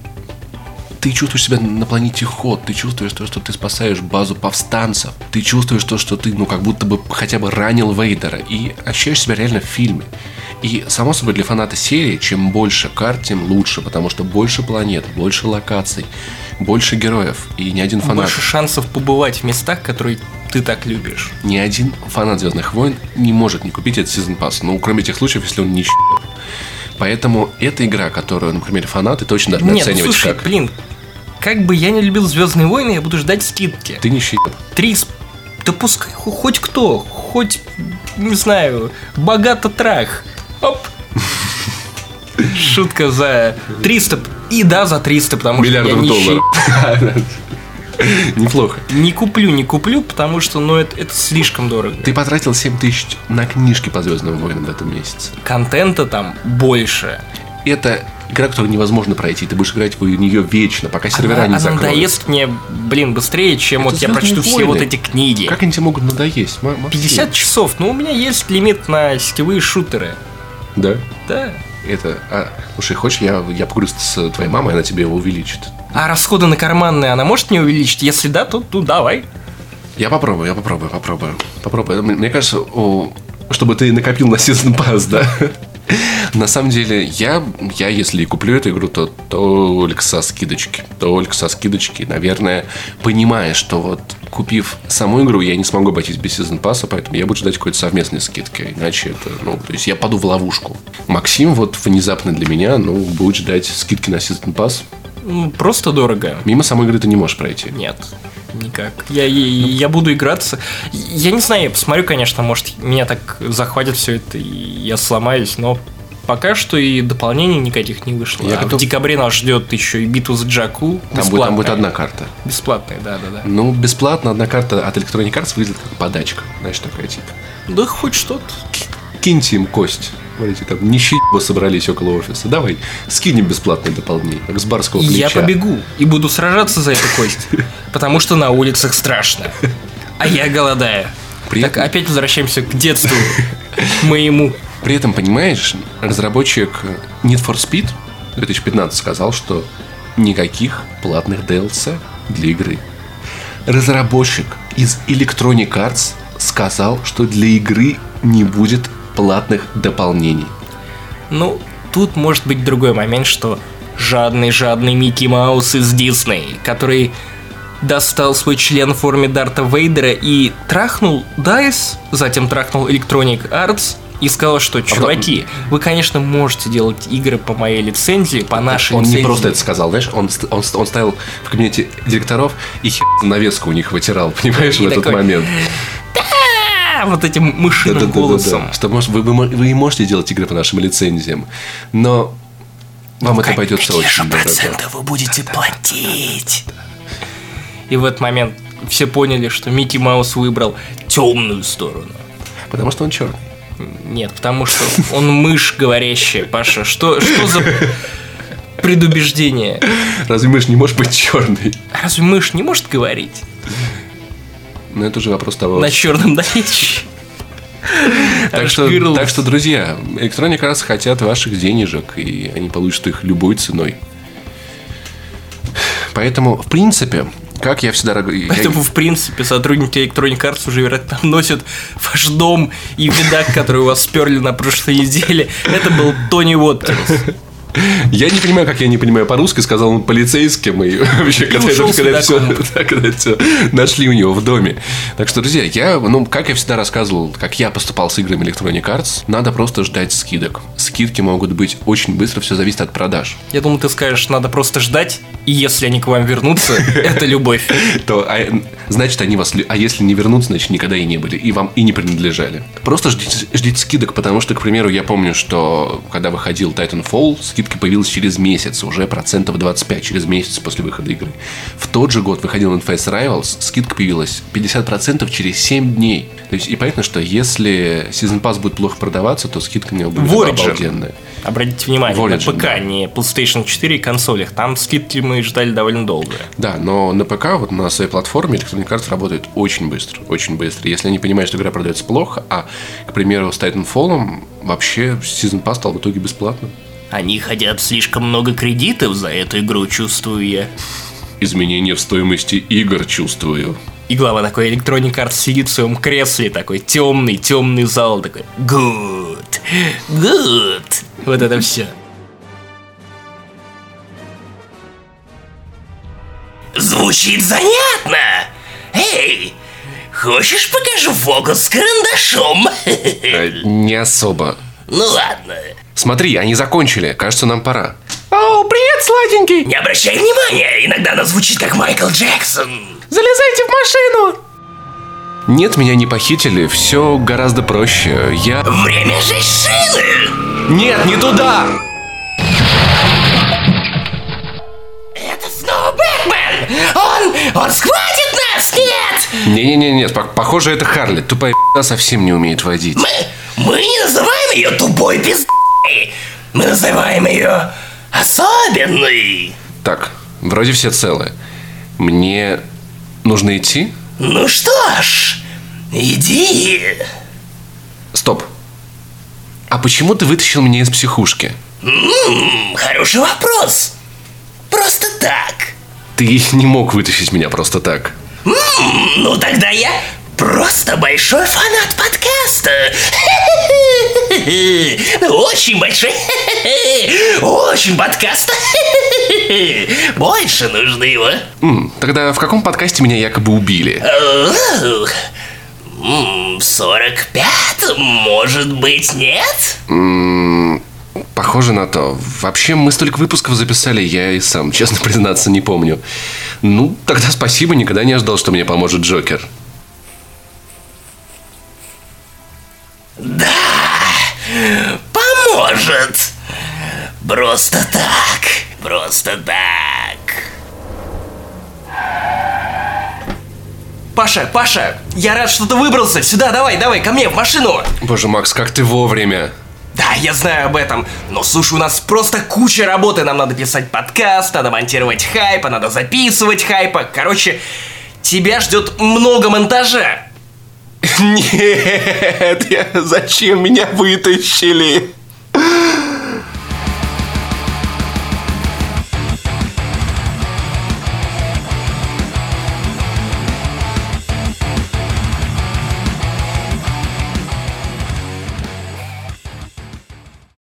[SPEAKER 1] ты чувствуешь себя на планете Ход, ты чувствуешь то, что ты спасаешь базу повстанцев, ты чувствуешь то, что ты, ну, как будто бы хотя бы ранил Вейдера, и ощущаешь себя реально в фильме. И, само собой, для фаната серии, чем больше карт, тем лучше, потому что больше планет, больше локаций, больше героев, и ни один фанат...
[SPEAKER 2] Больше шансов побывать в местах, которые ты так любишь.
[SPEAKER 1] Ни один фанат «Звездных войн» не может не купить этот сезон пасс, ну, кроме тех случаев, если он не щ***. Поэтому эта игра, которую, например, фанаты точно должны
[SPEAKER 2] Нет,
[SPEAKER 1] оценивать
[SPEAKER 2] ну, слушай,
[SPEAKER 1] как...
[SPEAKER 2] блин, как бы я не любил «Звездные войны», я буду ждать скидки.
[SPEAKER 1] Ты не щ***.
[SPEAKER 2] Три... Да пускай хоть кто, хоть, не знаю, богато трах. Оп. Шутка за триста. И да, за триста, потому
[SPEAKER 1] Миллиардов
[SPEAKER 2] что я нищий.
[SPEAKER 1] долларов. Неплохо.
[SPEAKER 2] Не куплю, не куплю, потому что, ну, это, это слишком дорого.
[SPEAKER 1] Ты потратил семь тысяч на книжки по «Звездным войнам» в этом месяце.
[SPEAKER 2] Контента там больше.
[SPEAKER 1] Это игра, которую невозможно пройти. Ты будешь играть в нее вечно, пока сервера
[SPEAKER 2] она,
[SPEAKER 1] не
[SPEAKER 2] она
[SPEAKER 1] закроют.
[SPEAKER 2] надоест мне, блин, быстрее, чем
[SPEAKER 1] Это
[SPEAKER 2] вот я
[SPEAKER 1] «Звездные
[SPEAKER 2] прочту все
[SPEAKER 1] войны».
[SPEAKER 2] вот эти книги.
[SPEAKER 1] Как они тебе могут надоесть? Максим?
[SPEAKER 2] пятьдесят часов. Ну, у меня есть лимит на сетевые шутеры.
[SPEAKER 1] Да?
[SPEAKER 2] Да.
[SPEAKER 1] Это... А, слушай, хочешь, я, я поговорю с твоей мамой, она тебе его увеличит.
[SPEAKER 2] А расходы на карманные она может не увеличить? Если да, то ну, давай.
[SPEAKER 1] Я попробую, я попробую, попробую. Попробую. Мне кажется, о, чтобы ты накопил на сезон пасс, да? На самом деле, я, я если и куплю эту игру, то только со скидочки. Только со скидочки. Наверное, понимая, что вот купив саму игру, я не смогу обойтись без сезон пасса, поэтому я буду ждать какой-то совместной скидки. Иначе это, ну, то есть я паду в ловушку. Максим вот внезапно для меня, ну, будет ждать скидки на сезон пасс.
[SPEAKER 2] Просто дорого.
[SPEAKER 1] Мимо самой игры ты не можешь пройти.
[SPEAKER 2] Нет, никак. Я, я, я буду играться. Я не знаю, я посмотрю, конечно, может, меня так захватит все это, и я сломаюсь, но пока что и дополнений никаких не вышло.
[SPEAKER 1] Я
[SPEAKER 2] а
[SPEAKER 1] готов...
[SPEAKER 2] В декабре нас ждет еще и битва с Джаку.
[SPEAKER 1] Там будет, там будет одна карта.
[SPEAKER 2] Бесплатная, да, да, да.
[SPEAKER 1] Ну, бесплатно одна карта от Electronic Arts выглядит как подачка. Знаешь, такая типа.
[SPEAKER 2] Да хоть что-то.
[SPEAKER 1] Киньте им кость. Смотрите, там нищие собрались около офиса. Давай, скинем бесплатное дополнение, как с барского плеча.
[SPEAKER 2] Я побегу и буду сражаться за эту кость, потому что на улицах страшно. А я голодаю.
[SPEAKER 1] При
[SPEAKER 2] так,
[SPEAKER 1] этом...
[SPEAKER 2] опять возвращаемся к детству моему.
[SPEAKER 1] При этом, понимаешь, разработчик Need for Speed две тысячи пятнадцать сказал, что никаких платных ди эл си для игры. Разработчик из Electronic Arts сказал, что для игры не будет платных дополнений.
[SPEAKER 2] Ну, тут может быть другой момент, что жадный-жадный Микки Маус из Дисней, который достал свой член в форме Дарта Вейдера и трахнул дайс, затем трахнул Electronic Arts и сказал, что, чуваки, вы, конечно, можете делать игры по моей лицензии, по нашей
[SPEAKER 1] он
[SPEAKER 2] лицензии.
[SPEAKER 1] Он не просто это сказал, знаешь, он, он, он стоял в кабинете директоров и хер навеску у них вытирал, понимаешь, и в этот такой... момент.
[SPEAKER 2] Вот этим мышиным да, да, голосом.
[SPEAKER 1] Да, да, да. Что может, вы, вы, вы и можете делать игры по нашим лицензиям, но вам ну, это обойдется очень дорого.
[SPEAKER 2] Процентов вы будете платить. И в этот момент все поняли, что Микки Маус выбрал темную сторону.
[SPEAKER 1] Потому что он черный.
[SPEAKER 2] Нет, потому что он мышь говорящая, Паша. Что, что за предубеждение?
[SPEAKER 1] Разве мышь не может быть черной?
[SPEAKER 2] Разве мышь не может говорить?
[SPEAKER 1] Но это уже вопрос того...
[SPEAKER 2] На черном наречии.
[SPEAKER 1] Так что, так что, друзья, Electronic Arts хотят ваших денежек, и они получат их любой ценой. Поэтому, в принципе, как я всегда...
[SPEAKER 2] Поэтому, я... в принципе, сотрудники Electronic Arts уже, вероятно, носят ваш дом и видак, который у вас сперли на прошлой неделе. Это был Тони Уоткинс.
[SPEAKER 1] Я не понимаю, как я не понимаю по-русски, сказал он полицейским, и вообще, когда, это, когда, все, да, когда это все нашли у него в доме. Так что, друзья, я, ну, как я всегда рассказывал, как я поступал с играми Electronic Arts, надо просто ждать скидок. Скидки могут быть очень быстро, все зависит от продаж.
[SPEAKER 2] Я думаю, ты скажешь, надо просто ждать, и если они к вам вернутся, это любовь.
[SPEAKER 1] То, значит, они вас... А если не вернутся, значит, никогда и не были, и вам и не принадлежали. Просто ждите, ждите скидок, потому что, к примеру, я помню, что когда выходил Titanfall, скидка появилась через месяц, уже процентов двадцать пять через месяц после выхода игры. В тот же год выходил Endfase Rivals, скидка появилась пятьдесят процентов через семь дней. То есть, и понятно, что если Season Pass будет плохо продаваться, то скидка не будет обалденная.
[SPEAKER 2] Обратите внимание, Origin, на ПК, да. Не PlayStation четыре и консолях. Там скидки мы ждали довольно долго.
[SPEAKER 1] Да, но на ПК, вот на своей платформе Electronic Arts работает очень быстро. Очень быстро. Если они понимают, что игра продается плохо, а, к примеру, с Titanfall вообще Season Pass стал в итоге бесплатным.
[SPEAKER 2] Они хотят слишком много кредитов за эту игру, чувствую я.
[SPEAKER 1] Изменения в стоимости игр чувствую.
[SPEAKER 2] И глава такой Electronic Arts сидит в своем кресле, такой темный, темный зал, такой good, good. Вот это все. Звучит занятно. Эй, хочешь покажу фокус с карандашом?
[SPEAKER 1] Не особо.
[SPEAKER 2] Ну ладно.
[SPEAKER 1] Смотри, они закончили. Кажется, нам пора.
[SPEAKER 2] Оу, привет, сладенький. Не обращай внимания, иногда она звучит как Майкл Джексон. Залезайте в машину.
[SPEAKER 1] Нет, меня не похитили. Все гораздо проще. Я...
[SPEAKER 2] Время жечь шины.
[SPEAKER 1] Нет, не туда.
[SPEAKER 2] Это снова Бэтмен. Он, он схватит нас, нет.
[SPEAKER 1] Не-не-не, похоже, это Харли. Тупая пи***а совсем не умеет водить.
[SPEAKER 2] Мы, мы не называем ее тупой пиздой. Мы называем ее особенной.
[SPEAKER 1] Так, вроде все целы. Мне нужно идти?
[SPEAKER 2] Ну что ж, иди.
[SPEAKER 1] Стоп. А почему ты вытащил меня из психушки?
[SPEAKER 2] М-м, хороший вопрос. Просто так.
[SPEAKER 1] Ты не мог вытащить меня просто так.
[SPEAKER 2] М-м, ну тогда я
[SPEAKER 5] просто большой фанат подкаста. Очень большой. Очень подкаста. Больше нужно его.
[SPEAKER 1] М, Тогда в каком подкасте меня якобы убили?
[SPEAKER 5] В сорок пятом, может быть, нет?
[SPEAKER 1] М, Похоже на то. Вообще, мы столько выпусков записали, я и сам, честно признаться, не помню. Ну, тогда спасибо, никогда не ожидал, что мне поможет Джокер.
[SPEAKER 5] Да, поможет. Просто так, просто так.
[SPEAKER 2] Паша, Паша, я рад, что ты выбрался. Сюда, давай, давай, ко мне, в машину.
[SPEAKER 1] Боже, Макс, как ты вовремя.
[SPEAKER 2] Да, я знаю об этом. Но слушай, у нас просто куча работы. Нам надо писать подкаст, надо монтировать хайпа, надо записывать хайпа. Короче, тебя ждет много монтажа.
[SPEAKER 1] Нет, я... зачем меня вытащили?